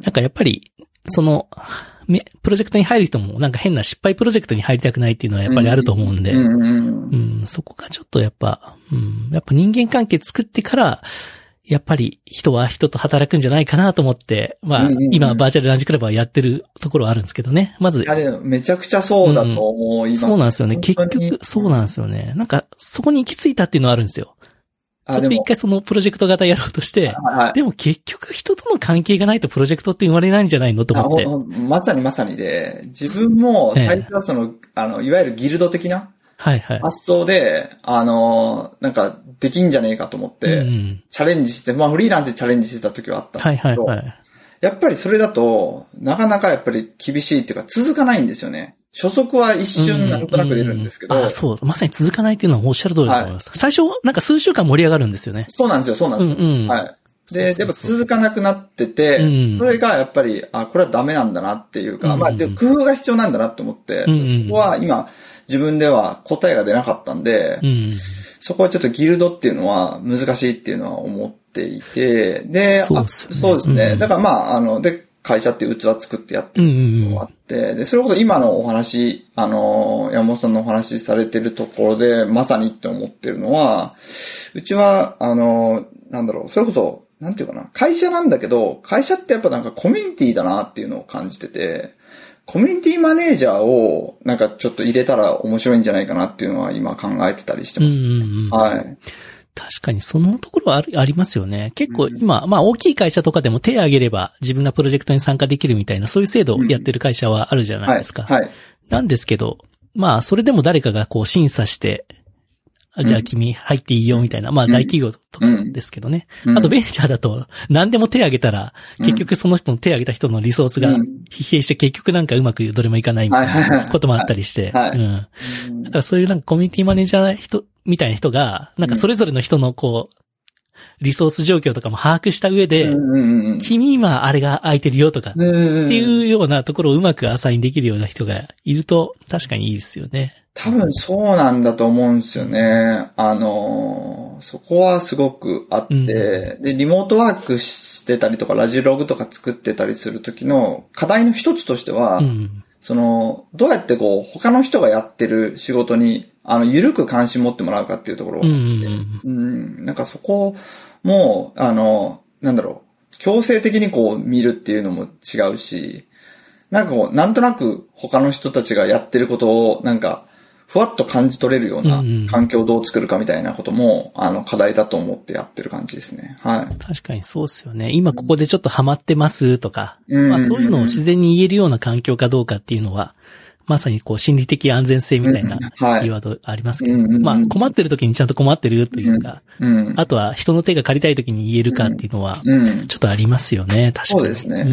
なんかやっぱり、その、プロジェクトに入る人もなんか変な失敗プロジェクトに入りたくないっていうのはやっぱりあると思うんで、うんうんうんうん、そこがちょっとやっぱ、うん、やっぱ人間関係作ってから、やっぱり人は人と働くんじゃないかなと思って、まあ、うんうんうん、今バーチャルランチクラブはやってるところはあるんですけどね。まず。 いやでもめちゃくちゃそうだと思います、 うん。そうなんですよね。結局、そうなんですよね。なんか、そこに行き着いたっていうのはあるんですよ。途中一回そのプロジェクト型やろうとして、はい、でも結局人との関係がないとプロジェクトって生まれないんじゃないのと思って。 まさにまさにで、自分も最初はその、ええ、あの、いわゆるギルド的なはいはい。 発想で、あの、なんか、できんじゃねえかと思って、うん、チャレンジして、まあフリーランスでチャレンジしてた時はあったんですけど、はいはいはい、やっぱりそれだと、なかなかやっぱり厳しいっていうか続かないんですよね。初速は一瞬なんとなく出るんですけど。 うんうんうん、あ、そう。まさに続かないっていうのはおっしゃる通りだと思います。はい、最初、なんか数週間盛り上がるんですよね。 そうなんですよ、そうなんですよ。うんうん、はい。で、そうそうそう、やっぱ続かなくなってて、うん、それがやっぱり、あ、これはダメなんだなっていうか、うんうん、まあ、で工夫が必要なんだなって思って、うんうん、そこは今、自分では答えが出なかったんで、うん、そこはちょっとギルドっていうのは難しいっていうのは思っていて、で、そうですね。そうですね。うん、だからまあ、あの、で、会社っていう器作ってやってるのがあって、うんうんうん、で、それこそ今のお話、あの、山本さんのお話しされてるところで、まさにって思ってるのは、うちは、あの、なんだろう、それこそ、なんていうかな、会社なんだけど、会社ってやっぱなんかコミュニティだなっていうのを感じてて、コミュニティマネージャーをなんかちょっと入れたら面白いんじゃないかなっていうのは今考えてたりしてます、ね。うんうんうん、はい。 確かにそのところはある、ありますよね。結構今、うん、まあ大きい会社とかでも手を挙げれば自分がプロジェクトに参加できるみたいなそういう制度をやってる会社はあるじゃないですか。うんはいはい、なんですけど、 まあ、それでも誰かがこう審査して、じゃあ君入っていいよみたいな、まあ大企業とかですけどね。うんうん、あとベンチャーだと何でも手挙げたら、結局その人の手挙げた人のリソースが疲弊して結局なんかうまくどれもいかないみたいなこともあったりして。だからそういうなんかコミュニティマネージャー人みたいな人が、なんかそれぞれの人のこう、リソース状況とかも把握した上で、君今あれが空いてるよとか、っていうようなところをうまくアサインできるような人がいると確かにいいですよね。 多分そうなんだと思うんですよね。あの、そこはすごくあって、うん、で、リモートワークしてたりとか、ラジログとか作ってたりするときの課題の一つとしては、うん、その、どうやってこう、他の人がやってる仕事に、あの、ゆるく関心持ってもらうかっていうところがあって、うん、うん、なんかそこも、あの、なんだろう、強制的にこう見るっていうのも違うし、なんかこう、なんとなく他の人たちがやってることを、なんか、ふわっと感じ取れるような環境をどう作るかみたいなことも、うんうん、あの、課題だと思ってやってる感じですね。はい。 確かにそうですよね。今ここでちょっとハマってますとか、うん、まあそういうのを自然に言えるような環境かどうかっていうのは、まさにこう心理的安全性みたいなキーワードありますけど、うんはい、まあ困ってる時にちゃんと困ってるというか、うんうん、あとは人の手が借りたい時に言えるかっていうのは、ちょっとありますよね、確かに。 そうですね。うん。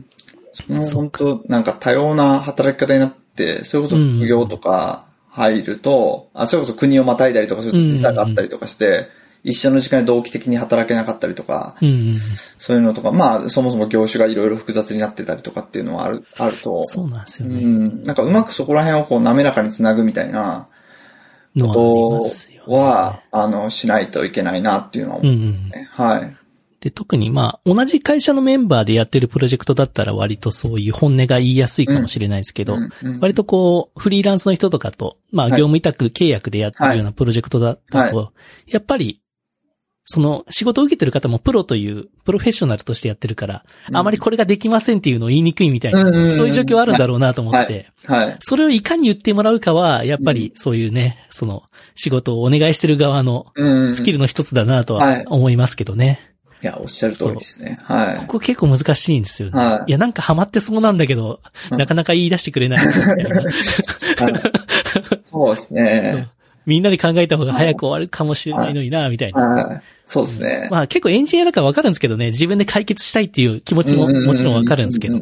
うん、本当なんか多様な働き方になって、で、それこそ副業とか入ると、うん、あ、それこそ国をまたいだりとかすると時差があったりとかして、うんうんうん、一緒の時間に同期的に働けなかったりとか、うんうん、そういうのとか、まあ、そもそも業種がいろいろ複雑になってたりとかっていうのはある、あると。 そうなんですよね。 うん。なんかうまくそこら辺をこう滑らかにつなぐみたいなことは、あの、しないといけないなっていうのは思うんですね。うんうん、はい。 で、特にまあ、同じ会社のメンバーでやってるプロジェクトだったら割とそういう本音が言いやすいかもしれないですけど、うんうんうん、割とこう、フリーランスの人とかと、まあ、業務委託契約でやってるようなプロジェクトだったと、はいはい、やっぱり、その仕事を受けてる方もプロというプロフェッショナルとしてやってるから、うん、あまりこれができませんっていうのを言いにくいみたいな、うんうんうん、そういう状況あるんだろうなと思って、はいはい、それをいかに言ってもらうかは、やっぱりそういうね、その仕事をお願いしてる側のスキルの一つだなとは思いますけどね。はいいや、おっしゃる通りですね。はい。 ここ結構難しいんですよね。はい。いや、なんかハマってそうなんだけど、うん、なかなか言い出してくれないみたいな。はい、 そうですね。 みんなで考えた方が早く終わるかもしれないのにな、みたいな。 はい。そうですね。 まあ結構エンジニアだからわかるんですけどね、自分で解決したいっていう気持ちももちろんわかるんですけど、うん。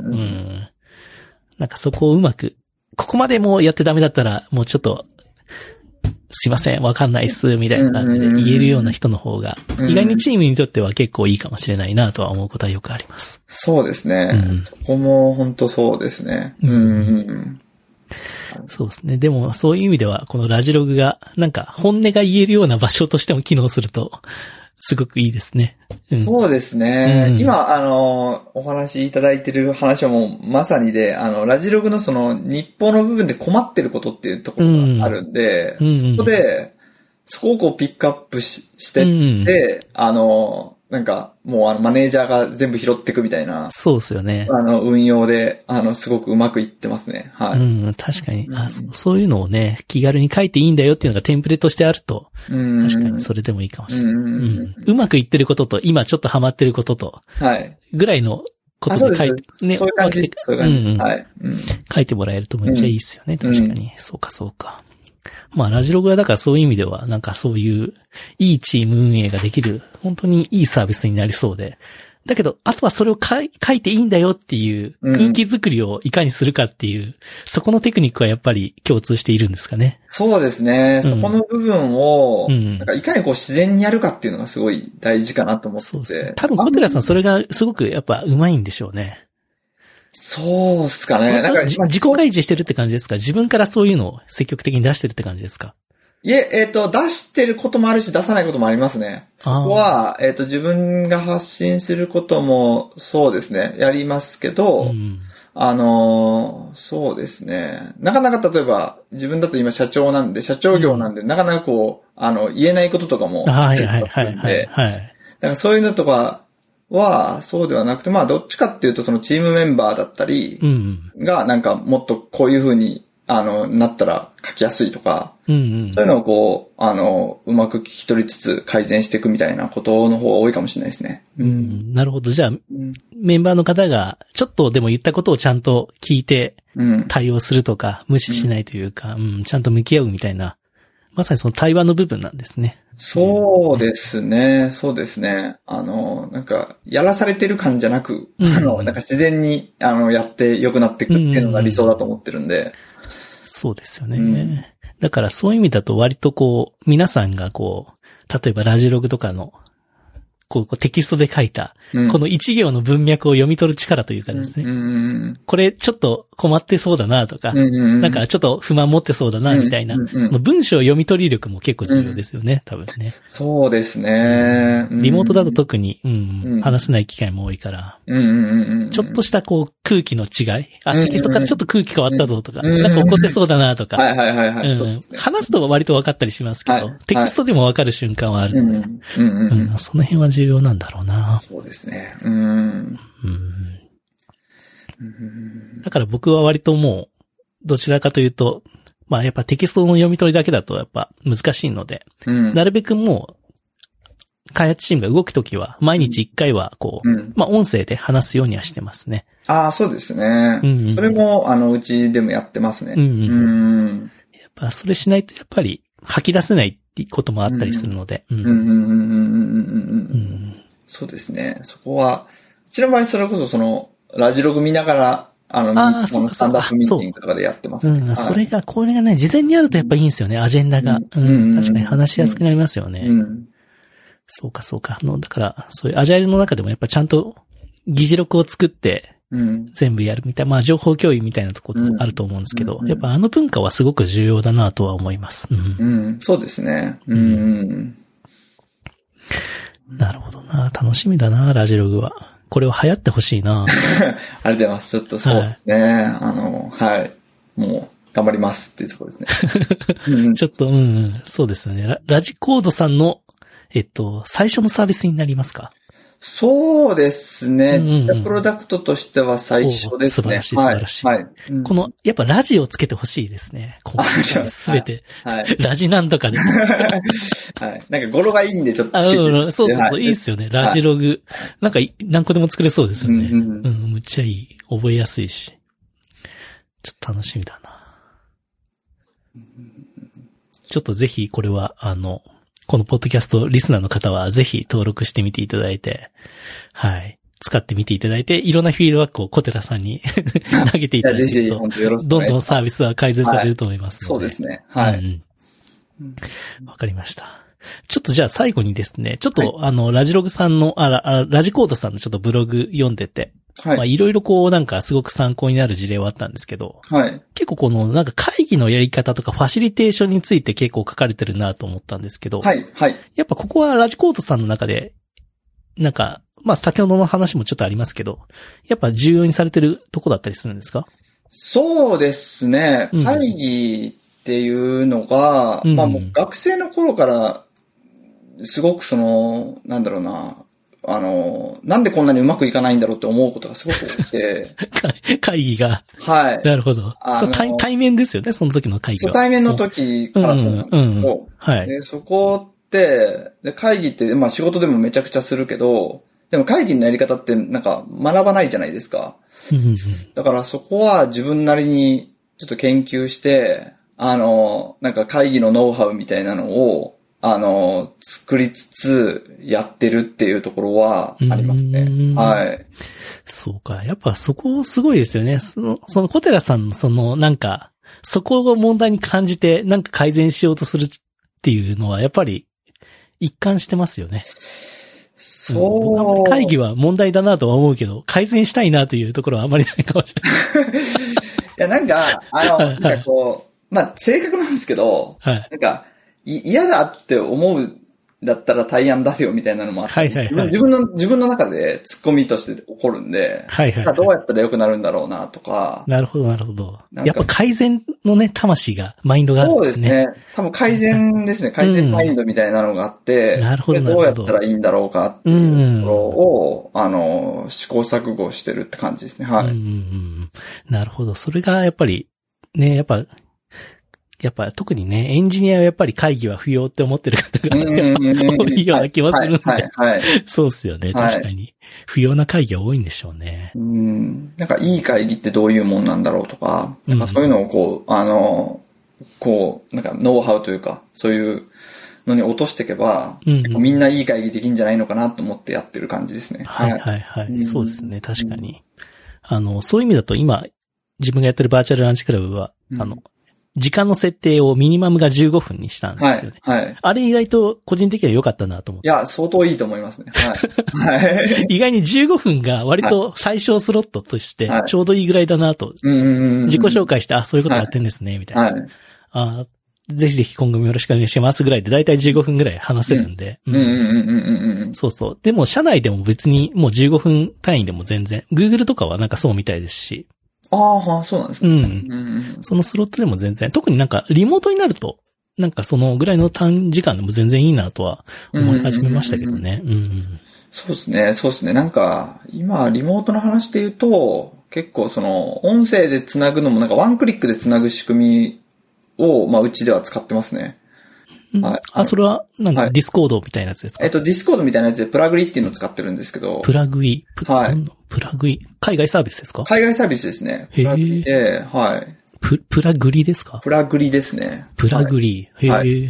なんかそこをうまく、ここまでもうやってダメだったら、もうちょっと、すいません、わかんないっす、みたいな感じで言えるような人の方が、意外にチームにとっては結構いいかもしれないなとは思うことはよくあります。 そうですね。うん、そこも本当そうですね。うんうん、 そうですね。でもそういう意味では、このラジログが、なんか本音が言えるような場所としても機能すると、すごくいいですね。 うん、そうですね。うん、今、あの、お話しいただいてる話はもうまさにで、あの、ラジログのその日報の部分で困ってることっていうところがあるんで、うん、そこで、そこをこうピックアップ し, してって、うん、あの、なんか、もうあの、マネージャーが全部拾っていくみたいな。 そうですよね。 あの、運用で、あの、すごくうまくいってますね。はい。 うん、確かに、あそ。そういうのをね、気軽に書いていいんだよっていうのがテンプレとしてあると、うん、確かにそれでもいいかもしれない。うん、うん、うまくいってることと、今ちょっとハマってることと、はい。ぐらいのことで書いて、ね。 そういう感じです。そういう感じです。うんうん、はい、 うん。書いてもらえるとめっちゃいいですよね。うん、確かに、うん。そうか、そうか。まあ、ラジログはだからそういう意味では、なんかそういう、いいチーム運営ができる、本当にいいサービスになりそうで。だけど、あとはそれを書い、書いていいんだよっていう空気作りをいかにするかっていう、うん、そこのテクニックはやっぱり共通しているんですかね。 そうですね。うん、そこの部分を、うん、なんかいかにこう自然にやるかっていうのがすごい大事かなと思ってて。そうですね。 多分、小寺さんそれがすごくやっぱ上手いんでしょうね。 そうっすかね。なんか自己開示してるって感じですか？自分からそういうのを積極的に出してるって感じですか？ いえ、えっ、ー、と、出してることもあるし、出さないこともありますね。そこは、えっ、ー、と、自分が発信することも、そうですね、やりますけど、うん、あのー、そうですね。なかなか例えば、自分だと今社長なんで、社長業なんで、うん、なかなかこう、あの、言えないこととかも、 はいはいはいはい、はい。だからそういうのとかは、そうではなくて、まあ、どっちかっていうと、そのチームメンバーだったり、が、なんかもっとこういうふうに、 あの、なったら書きやすいとか、 うんうん、 そういうのをこう、あの、うまく聞き取りつつ改善していくみたいなことの方が多いかもしれないですね。 うん。うん、なるほど。じゃあ、うん、メンバーの方がちょっとでも言ったことをちゃんと聞いて対応するとか、無視しないというか、うん、うん、ちゃんと向き合うみたいな、まさにその対話の部分なんですね。 そうですね。そうですね。あの、なんか、やらされてる感じゃなく、うん、あの、なんか自然に、あの、やって良くなっていくっていうのが理想だと思ってるんで。うんうん、 そうですよね。うん、だからそういう意味だと割とこう、皆さんがこう、例えばラジログとかの、こうテキストで書いた、うん、この一行の文脈を読み取る力というかですね。うんうん、これちょっと困ってそうだなとか、うんうんうん、なんかちょっと不満持ってそうだなみたいな、うんうんうん、その文章読み取り力も結構重要ですよね、うん、多分ね。 そうですね、 うん。リモートだと特に、うんうん、話せない機会も多いから、うんうんうん、ちょっとしたこう空気の違い、あ、テキストからちょっと空気変わったぞとか、うんうん、なんか怒ってそうだなとか、 はいはいはいはいうん、話すと割と分かったりしますけど、はい、テキストでも分かる瞬間はあるので、うんうんうん、その辺は重要なんだろうな。 そうですね。うん。 うん。だから僕は割ともう、どちらかというと、まあやっぱテキストの読み取りだけだとやっぱ難しいので、うん、なるべくもう、開発チームが動くときは、毎日一回はこう、うん、まあ音声で話すようにはしてますね。 ああ、そうですね。うんうん、それも、あの、うちでもやってますね。うんうんうん、 やっぱそれしないとやっぱり吐き出せないってこともあったりするので。 そうですね。そこは、うちの場合それこそその、ラジログ見ながら、あの、 あそうかそうかスタンダップミーティングとかでやってます、ね。 うん、はい、それが、これがね、事前にあるとやっぱいいんですよね、アジェンダが。うん、うん、確かに話しやすくなりますよね。うん、そうかそうか。の、だから、そういうアジャイルの中でもやっぱちゃんと議事録を作って、全部やるみたいな、まあ情報共有みたいなところあると思うんですけど、うん、やっぱあの文化はすごく重要だなとは思います。うん、 うん、そうですね。うん、 なるほどな。楽しみだな、ラジログは。これは流行ってほしいな。 ありがとうございます。ちょっとそうですね。はい、あの、はい。もう、頑張りますっていうところですね。 うん、ちょっと、うん、そうですよねラ。ラジコードさんの、えっと、最初のサービスになりますか？ そうですね。うんうんうん、プロダクトとしては最初ですね。 素晴らしい、素晴らしい。はい。はいうん、この、やっぱラジをつけてほしいですね。すべて。はい。ラジなんとかで。はい。 なんか語呂がいいんでちょっとつけて。 あ、うん、そうそうそう、はい、いいっすよね。ラジログ。はい、なんか何個でも作れそうですよね。うん、うん、うん。むっちゃいい。覚えやすいし。ちょっと楽しみだな。ちょっとぜひこれは、あの、このポッドキャストリスナーの方はぜひ登録してみていただいて、はい。使ってみていただいて、いろんなフィードバックを小寺さんに投げていただけると、どんどんサービスは改善されると思いますので、 はい、そうですね。はい。わ、 うん、かりました。ちょっとじゃあ最後にですね、ちょっと、はい、あの、ラジログさんの、あラ、ラジコードさんのちょっとブログ読んでて、はい。まあいろいろこうなんかすごく参考になる事例はあったんですけど、はい。結構このなんか会議のやり方とかファシリテーションについて結構書かれてるなと思ったんですけど、はい。はい。やっぱここはラジコードさんの中で、なんか、まあ先ほどの話もちょっとありますけど、やっぱ重要にされてるとこだったりするんですか？ そうですね。会議っていうのが、うん、まあもう学生の頃からすごくその、なんだろうな、あの、なんでこんなにうまくいかないんだろうって思うことがすごく多くて。 会議が。はい。なるほど。そう対、対面ですよね、その時の会議は。 そう対面の時からそうなんですけど、うんうんうん、はい。で、そこって、で会議って、まあ仕事でもめちゃくちゃするけど、でも会議のやり方ってなんか学ばないじゃないですか。だからそこは自分なりにちょっと研究して、あの、なんか会議のノウハウみたいなのを、あの、作りつつやってるっていうところはありますね。はい。 そうか。やっぱそこすごいですよね。その、その小寺さんのそのなんか、そこを問題に感じてなんか改善しようとするっていうのはやっぱり一貫してますよね。そう。僕はあんまり会議は問題だなとは思うけど、改善したいなというところはあんまりないかもしれない。いや、なんか、あの、なんかこう、まあ、性格なんですけど、はい、なんか、嫌だって思うだったら対案出せよみたいなのもあって、はいはいはい、自分の、自分の中でツッコミとして起こるんで、はいはいはい、どうやったら良くなるんだろうなとか。 なるほどなるほど。やっぱ改善のね、魂が、マインドがあるんですね。そうですね。 多分改善ですね。改善マインドみたいなのがあって、うん、なるほどなるほど。どうやったらいいんだろうかっていうところを、うん、あの、試行錯誤してるって感じですね。はい。うんうんうん、 なるほど。それがやっぱり、 ね、やっぱ、やっぱ特にね、エンジニアはやっぱり会議は不要って思ってる方が多いような気もするんで。 はい、はい、はい。 そうっすよね、確かに、はい。不要な会議は多いんでしょうね。 うん。なんかいい会議ってどういうもんなんだろうとか、なんかそういうのをこう、あの、こう、なんかノウハウというか、そういうのに落としていけば、うんうん、みんないい会議できるんじゃないのかなと思ってやってる感じですね。 はい、はい、はいはい、うん。そうですね、確かに。あの、そういう意味だと今、自分がやってるバーチャルランチクラブは、うん、あの、時間の設定をミニマムがじゅうごふんにしたんですよね。はい。はい、あれ意外と個人的には良かったなと思って。 いや、相当いいと思いますね。はい。はい、 意外にじゅうごふんが割と最小スロットとしてちょうどいいぐらいだなと。はい、自己紹介して、あ、そういうことやってんですね、みたいな。はい。あ、ぜひぜひ今後もよろしくお願いしますぐらいでだいたいじゅうごふんぐらい話せるんで。うん。うんうんうんうんうん。そうそう。でも社内でも別にもうじゅうごふん単位でも全然。Google とかはなんかそうみたいですし。 ああ、そうなんですね。うん。 うん、そのスロットでも全然、特になんかリモートになると、なんかそのぐらいの短時間でも全然いいなとは思い始めましたけどね。うんうんうん、 そうですね、そうですね。なんか、今、リモートの話で言うと、結構その、音声でつなぐのもなんかワンクリックでつなぐ仕組みを、まあうちでは使ってますね。 はい。あ、それは、なんだ、はい、ディスコードみたいなやつですか？ えっと、ディスコードみたいなやつでプラグリっていうのを使ってるんですけど。 プラグイ。 はい。 プラグイ。海外サービスですか？ 海外サービスですね。 へぇー。はい。 プ、プラグリですか？ プラグリですね。 プラグリ。はい、へぇー。はい、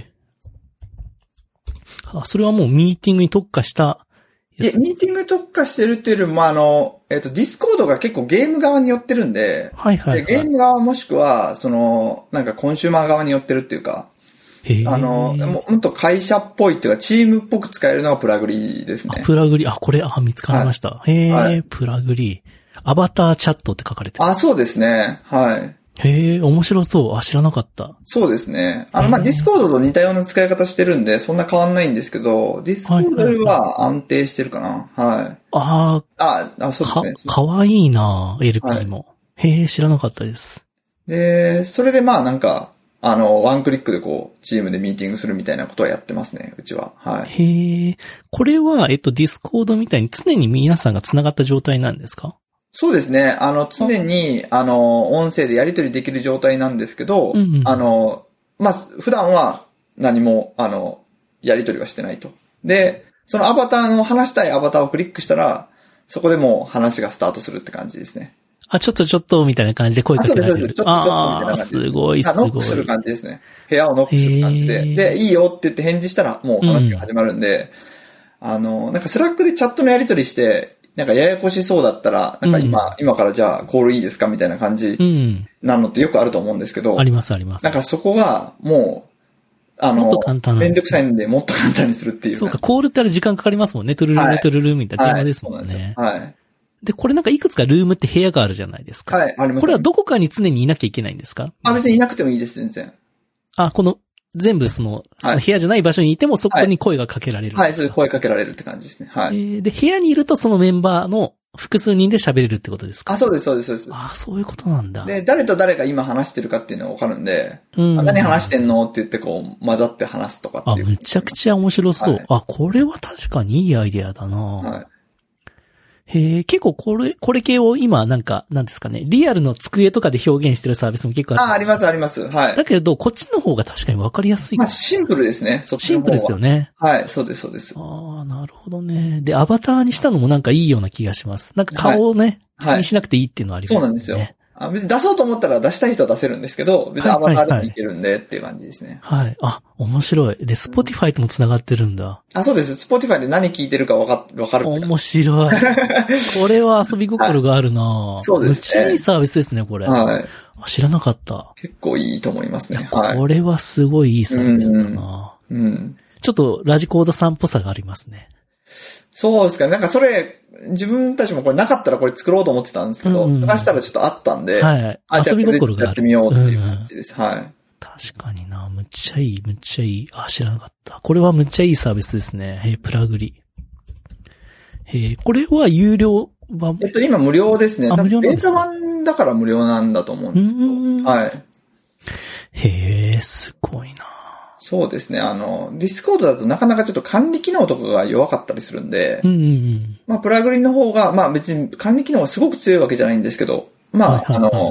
あ、それはもうミーティングに特化したやつ？いや、ミーティングに特化してるっていうよりも、あの、えっと、ディスコードが結構ゲーム側に寄ってるんで。 はいはい、はい。 ゲーム側もしくは、その、なんかコンシューマー側に寄ってるっていうか。 へあの、も, もっと会社っぽいっていうか、チームっぽく使えるのがプラグリですね。 あ、プラグリ。あ、これ、あ、見つかりました。はい、へえ、はい、プラグリ。アバターチャットって書かれてる。 あ、そうですね。はい。 へえ、面白そう。あ、知らなかった。 そうですね。あの、まあ、ディスコードと似たような使い方してるんで、そんな変わんないんですけど、ディスコードよりは安定してるかな。はい。はい、 ああ。あ、そうですね。 か、かわいいな エルピー も。はい、へえ、知らなかったです。 で、それでまあなんか、あの、ワンクリックでこう、チームでミーティングするみたいなことはやってますね、うちは。はい。 へえ。これは、えっと、ディスコードみたいに常に皆さんが繋がった状態なんですか？ そうですね。あの、常に、あの、音声でやり取りできる状態なんですけど、うんうん、あの、まあ、普段は何も、あの、やり取りはしてないと。で、そのアバターの話したいアバターをクリックしたら、そこでもう話がスタートするって感じですね。 あ、ちょっとちょっとみたいな感じで声かけられる。 ちょっとちょっとみたいな感じです。 すごいすごい。 ノックする感じですね。部屋をノックする感じで。で、いいよって言って返事したらもう話が始まるんで、うん、あの、なんかスラックでチャットのやり取りして、なんかややこしそうだったら、なんか今、うん、今からじゃあコールいいですかみたいな感じなのってよくあると思うんですけど。 ありますあります。 なんかそこがもう、あの、めんどくさいんでもっと簡単にするっていう。 そうか、コールってあれ時間かかりますもんね。トゥルルルトゥルルみたいな電話ですもんね。 はい。はいで、これなんかいくつかルームって部屋があるじゃないですか。 はい、あります。 これはどこかに常にいなきゃいけないんですか？ あ、別にいなくてもいいです、全然。 あ、この、全部その、その部屋じゃない場所にいてもそこに声がかけられるんですか？ はい、はい、そういう声かけられるって感じですね。はい。 えー、で、部屋にいるとそのメンバーの複数人で喋れるってことですか？ あ、そうです、そうです、そうです。 あ、そういうことなんだ。 で、誰と誰が今話してるかっていうのがわかるんで、うん、何話してんのって言ってこう、混ざって話すとかっていう。 あ、むちゃくちゃ面白そう。はい、あ、これは確かにいいアイデアだな。はい。へえ、結構これ、これ系を今なんか、なんですかね、リアルの机とかで表現してるサービスも結構ある。 あ、ありますあります。はい。 だけど、こっちの方が確かに分かりやすい。 まあ、シンプルですね。そっちの方は。 シンプルですよね。 はい、そうですそうです。 ああ、なるほどね。で、アバターにしたのもなんかいいような気がします。なんか顔をね、はい、気にしなくていいっていうのはありますね。 そうなんですよ。あ、別に出そうと思ったら出したい人は出せるんですけど、別にアバターでもいけるんでっていう感じですね。 はい、はいはい。あ、面白い。で、Spotify とも繋がってるんだ。 あ、そうです。Spotify で何聞いてるかわか、わかる。 面白い。これは遊び心があるな、はい、そうですね。めっちゃいいサービスですね、これ。はい。知らなかった。 結構いいと思いますね。はい。 これはすごいいいサービスだな、うん、うん。ちょっとラジコードさんっぽさがありますね。 そうですかね。なんかそれ、自分たちもこれなかったらこれ作ろうと思ってたんですけど、探したらちょっとあったんで、 はい。あ、遊び心がある。 やってみようっていう感じです。うん、はい。 確かにな。むっちゃいい、むっちゃいい。あ、知らなかった。これはむっちゃいいサービスですね。へえ、プラグリ。へえ、これは有料版？ えっと、今無料ですね。 あ、無料なんですか？ ベータ版だから無料なんだと思うんですけど。はい。 へえ、すごいな。 そうですね。あの、ディスコードだとなかなかちょっと管理機能とかが弱かったりするんで、うんうんうん、まあ、プラグリンの方が、まあ別に管理機能がすごく強いわけじゃないんですけど、まあ、はいはいはい、あの、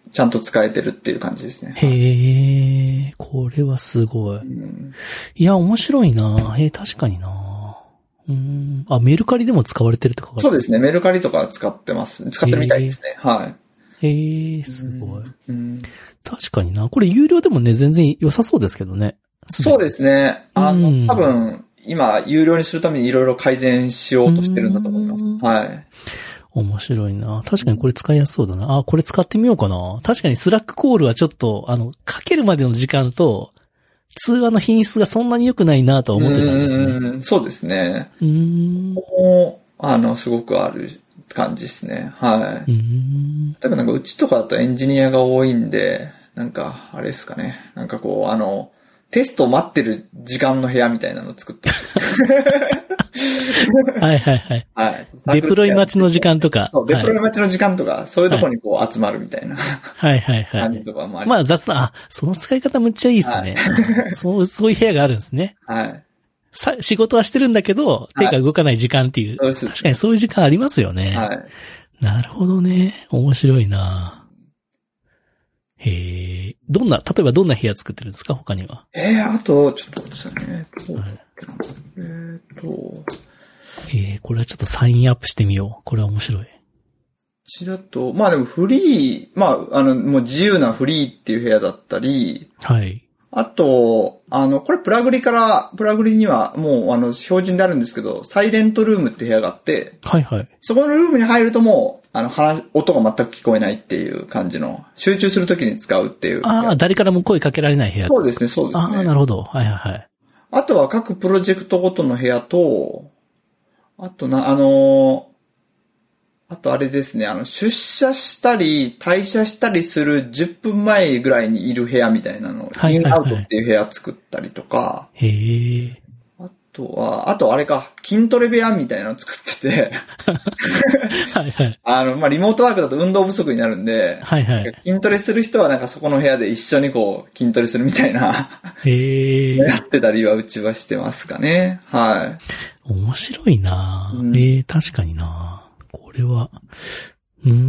ちゃんと使えてるっていう感じですね。 へえ、これはすごい。うん、いや、面白いな。へえ、確かにな。うん。あ、メルカリでも使われてるって書かれてる。 そうですね。メルカリとか使ってます。使ってみたいですね。はい。 へえ、すごい、うん。確かにな。これ有料でもね、全然良さそうですけどね。 そうですね。あの、うん、多分、今、有料にするためにいろいろ改善しようとしてるんだと思います。はい。 面白いな。確かにこれ使いやすそうだな。あ、これ使ってみようかな。確かにスラックコールはちょっと、あの、かけるまでの時間と、通話の品質がそんなに良くないなとは思ってたんですね。 うん、そうですね。 うん。 もう、あの、すごくある感じですね。はい。うん。例えばなんかうちとかだとエンジニアが多いんで、なんか、あれですかね。なんかこう、あの、テストを待ってる時間の部屋みたいなのを作って。 はいはいはい。 はい。 デプロイ待ちの時間とか。 そう、デプロイ待ちの時間とか、はい、そういうところにこう集まるみたいな。 はいはいはい。 感じとかもあります。まあ雑な、あ、その使い方むっちゃいいですね。はい、そう、そういう部屋があるんですね。 はい。 さ、仕事はしてるんだけど、手が動かない時間っていう。はい、確かにそういう時間ありますよね。 はい。 なるほどね。面白いな。へえ。どんな、例えばどんな部屋作ってるんですか他には。 ええー、あと、ちょっと待ってくださいね。はい、えーと。 えー、これはちょっとサインアップしてみよう。これは面白い。 うちだと、まあでもフリー、まあ、あの、もう自由なフリーっていう部屋だったり。 はい。 あと、あの、これプラグリから、プラグリにはもうあの、標準であるんですけど、サイレントルームって部屋があって。 はいはい。 そこのルームに入るともう、あの、話、音が全く聞こえないっていう感じの、集中するときに使うっていう。 ああ、誰からも声かけられない部屋ですか。 そうですね、そうですね。 ああ、なるほど。はいはいはい。 あとは各プロジェクトごとの部屋と、あとな、あの、あとあれですね、あの、出社したり、退社したりするじゅっぷんまえぐらいにいる部屋みたいなのを、はいはいはい、インアウトっていう部屋作ったりとか。 へえ。 あとは、あとあれか、筋トレ部屋みたいなのを作ってて。 はいはい。 あの、まあ、リモートワークだと運動不足になるんで。 はいはい。 筋トレする人はなんかそこの部屋で一緒にこう、筋トレするみたいな。 へえ。 やってたりはうちはしてますかね。はい。 面白いな、うん、ええー、確かになこれは。うーん。うん、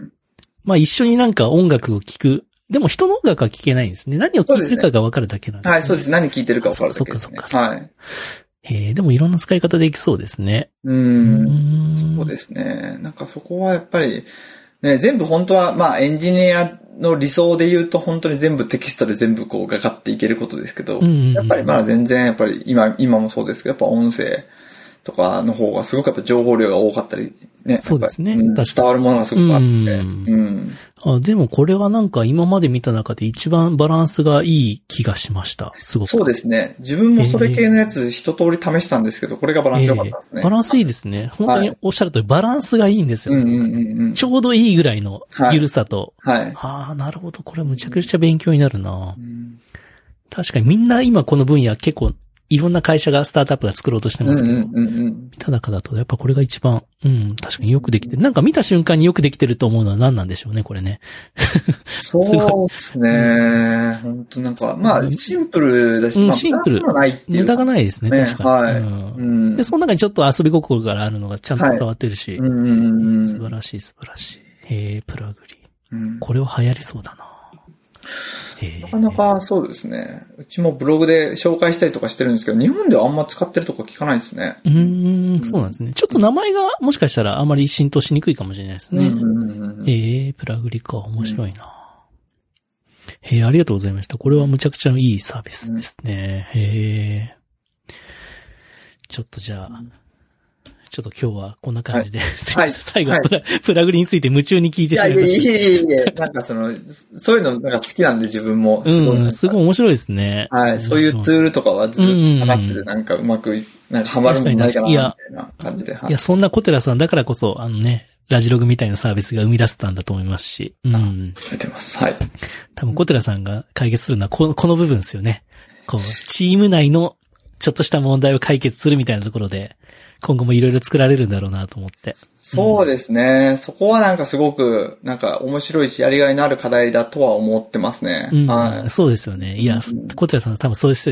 まあ一緒になんか音楽を聴く。でも人の音楽は聴けないんですね。何を聴いてるかが分かるだけなんですね。 はい、そうです。何聴いてるか分かるだけですね。 そっかそっか。 はい。 へえ、でもいろんな使い方できそうですね。 うーん。そうですね。なんかそこはやっぱり、ね、全部本当は、まあエンジニアの理想で言うと本当に全部テキストで全部こうガガっていけることですけど、うんうんうん、やっぱりまだ全然やっぱり今、今もそうですけど、やっぱ音声とかの方がすごくやっぱ情報量が多かったり、ね。 そうですね。 うん、伝わるものがすごくあって。うん。うん、 あ、でもこれはなんか今まで見た中で一番バランスがいい気がしました。すごく。 そうですね。自分もそれ系のやつ一通り試したんですけど、これがバランス良かったですね、 えー。バランスいいですね。本当におっしゃる通り、バランスがいいんですよ、ね。 うんうんうんうん、 ちょうどいいぐらいの緩さと。 はい。はい、 ああ、なるほど。これはむちゃくちゃ勉強になるな、うん。確かにみんな今この分野結構いろんな会社がスタートアップが作ろうとしてますけど、うんうんうんうん、見た中だとやっぱこれが一番、うん、確かによくできてる。なんか見た瞬間によくできてると思うのは何なんでしょうね、これね。 そうですね。本当なんか、まあ、シンプルだし、 うん、シンプル。 無駄がないっていう。 無駄がないですね、確かに。 はい、 うんうん。で、その中にちょっと遊び心があるのがちゃんと伝わってるし。 はい、うんうんうん、 素晴らしい、素晴らしい。へえ、プラグリ、うん。これは流行りそうだな。 なかなかそうですね。うちもブログで紹介したりとかしてるんですけど、日本ではあんま使ってるとこ聞かないですね。 うーん、そうなんですね。ちょっと名前がもしかしたらあまり浸透しにくいかもしれないですね。うんうんうん、えー、プラグリか、面白いな。うん、へえ、ありがとうございました。これはむちゃくちゃいいサービスですね。うん、へえ。ちょっとじゃあ、うんちょっと今日はこんな感じで、はい、最後、はい、プラ、プラグリについて夢中に聞いてしまいました。 いやいやいやいやなんかその、そういうのなんか好きなんで自分も。 すごい、うん、すごい面白いですね。 はい、そういうツールとかはずっと話してて、なんかうまく、なんかハマるもんないかな、みたいな感じで。 いや、そんな小寺さんだからこそ、あのね、ラジログみたいなサービスが生み出せたんだと思いますし。うん。 出てます。はい。 多分小寺さんが解決するのはこの、この部分ですよね。こう、チーム内のちょっとした問題を解決するみたいなところで、今後もいろいろ作られるんだろうなと思って。 そうですね、うん。そこはなんかすごく、なんか面白いし、やりがいのある課題だとは思ってますね。 うん、はい。そうですよね。いや、小寺さんは多分そういう人です。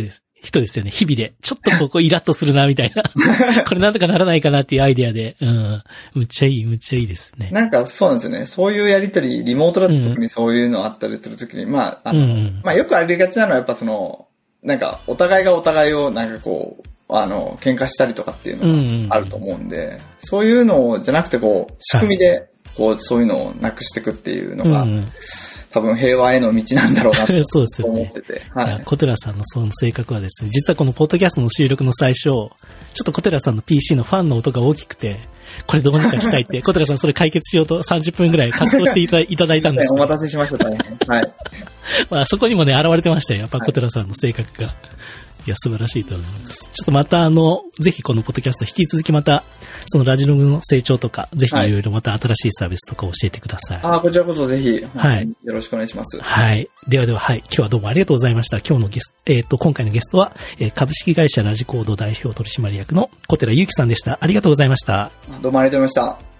人ですよね。日々で。ちょっとここイラッとするな、みたいな。これなんとかならないかなっていうアイデアで。うん。むっちゃいい、むっちゃいいですね。 なんかそうなんですよね。そういうやりとり、リモートだった時にそういうのあったりする時に、うん、まあ、あの、うん、まあよくありがちなのはやっぱその、なんかお互いがお互いをなんかこう、あの、喧嘩したりとかっていうのがあると思うんで、うんうん、そういうのじゃなくてこう、仕組みで、こう、そういうのをなくしていくっていうのが、うん、多分平和への道なんだろうなと思ってて。ね、 はい。小寺さんのその性格はですね、実はこのポッドキャストの収録の最初、ちょっと小寺さんの ピーシー のファンの音が大きくて、これどうにかしたいって、小寺さんそれ解決しようとさんじゅっぷんぐらい格闘していたいただいたんですけど。 お待たせしました、大変。はい。 まあそこにもね、現れてましたよ。やっぱ小寺さんの性格が。いや、素晴らしいと思います。ちょっとまたあの、ぜひこのポッドキャスト引き続きまた、そのラジログの成長とか、ぜひいろいろまた新しいサービスとか教えてください。 はい、ああ、こちらこそぜひ、はい。よろしくお願いします。 はい。ではでは、はい。今日はどうもありがとうございました。今日のゲスト、えっ、ー、と、今回のゲストは、えー、株式会社ラジコード代表取締役の小寺祐樹さんでした。ありがとうございました。 どうもありがとうございました。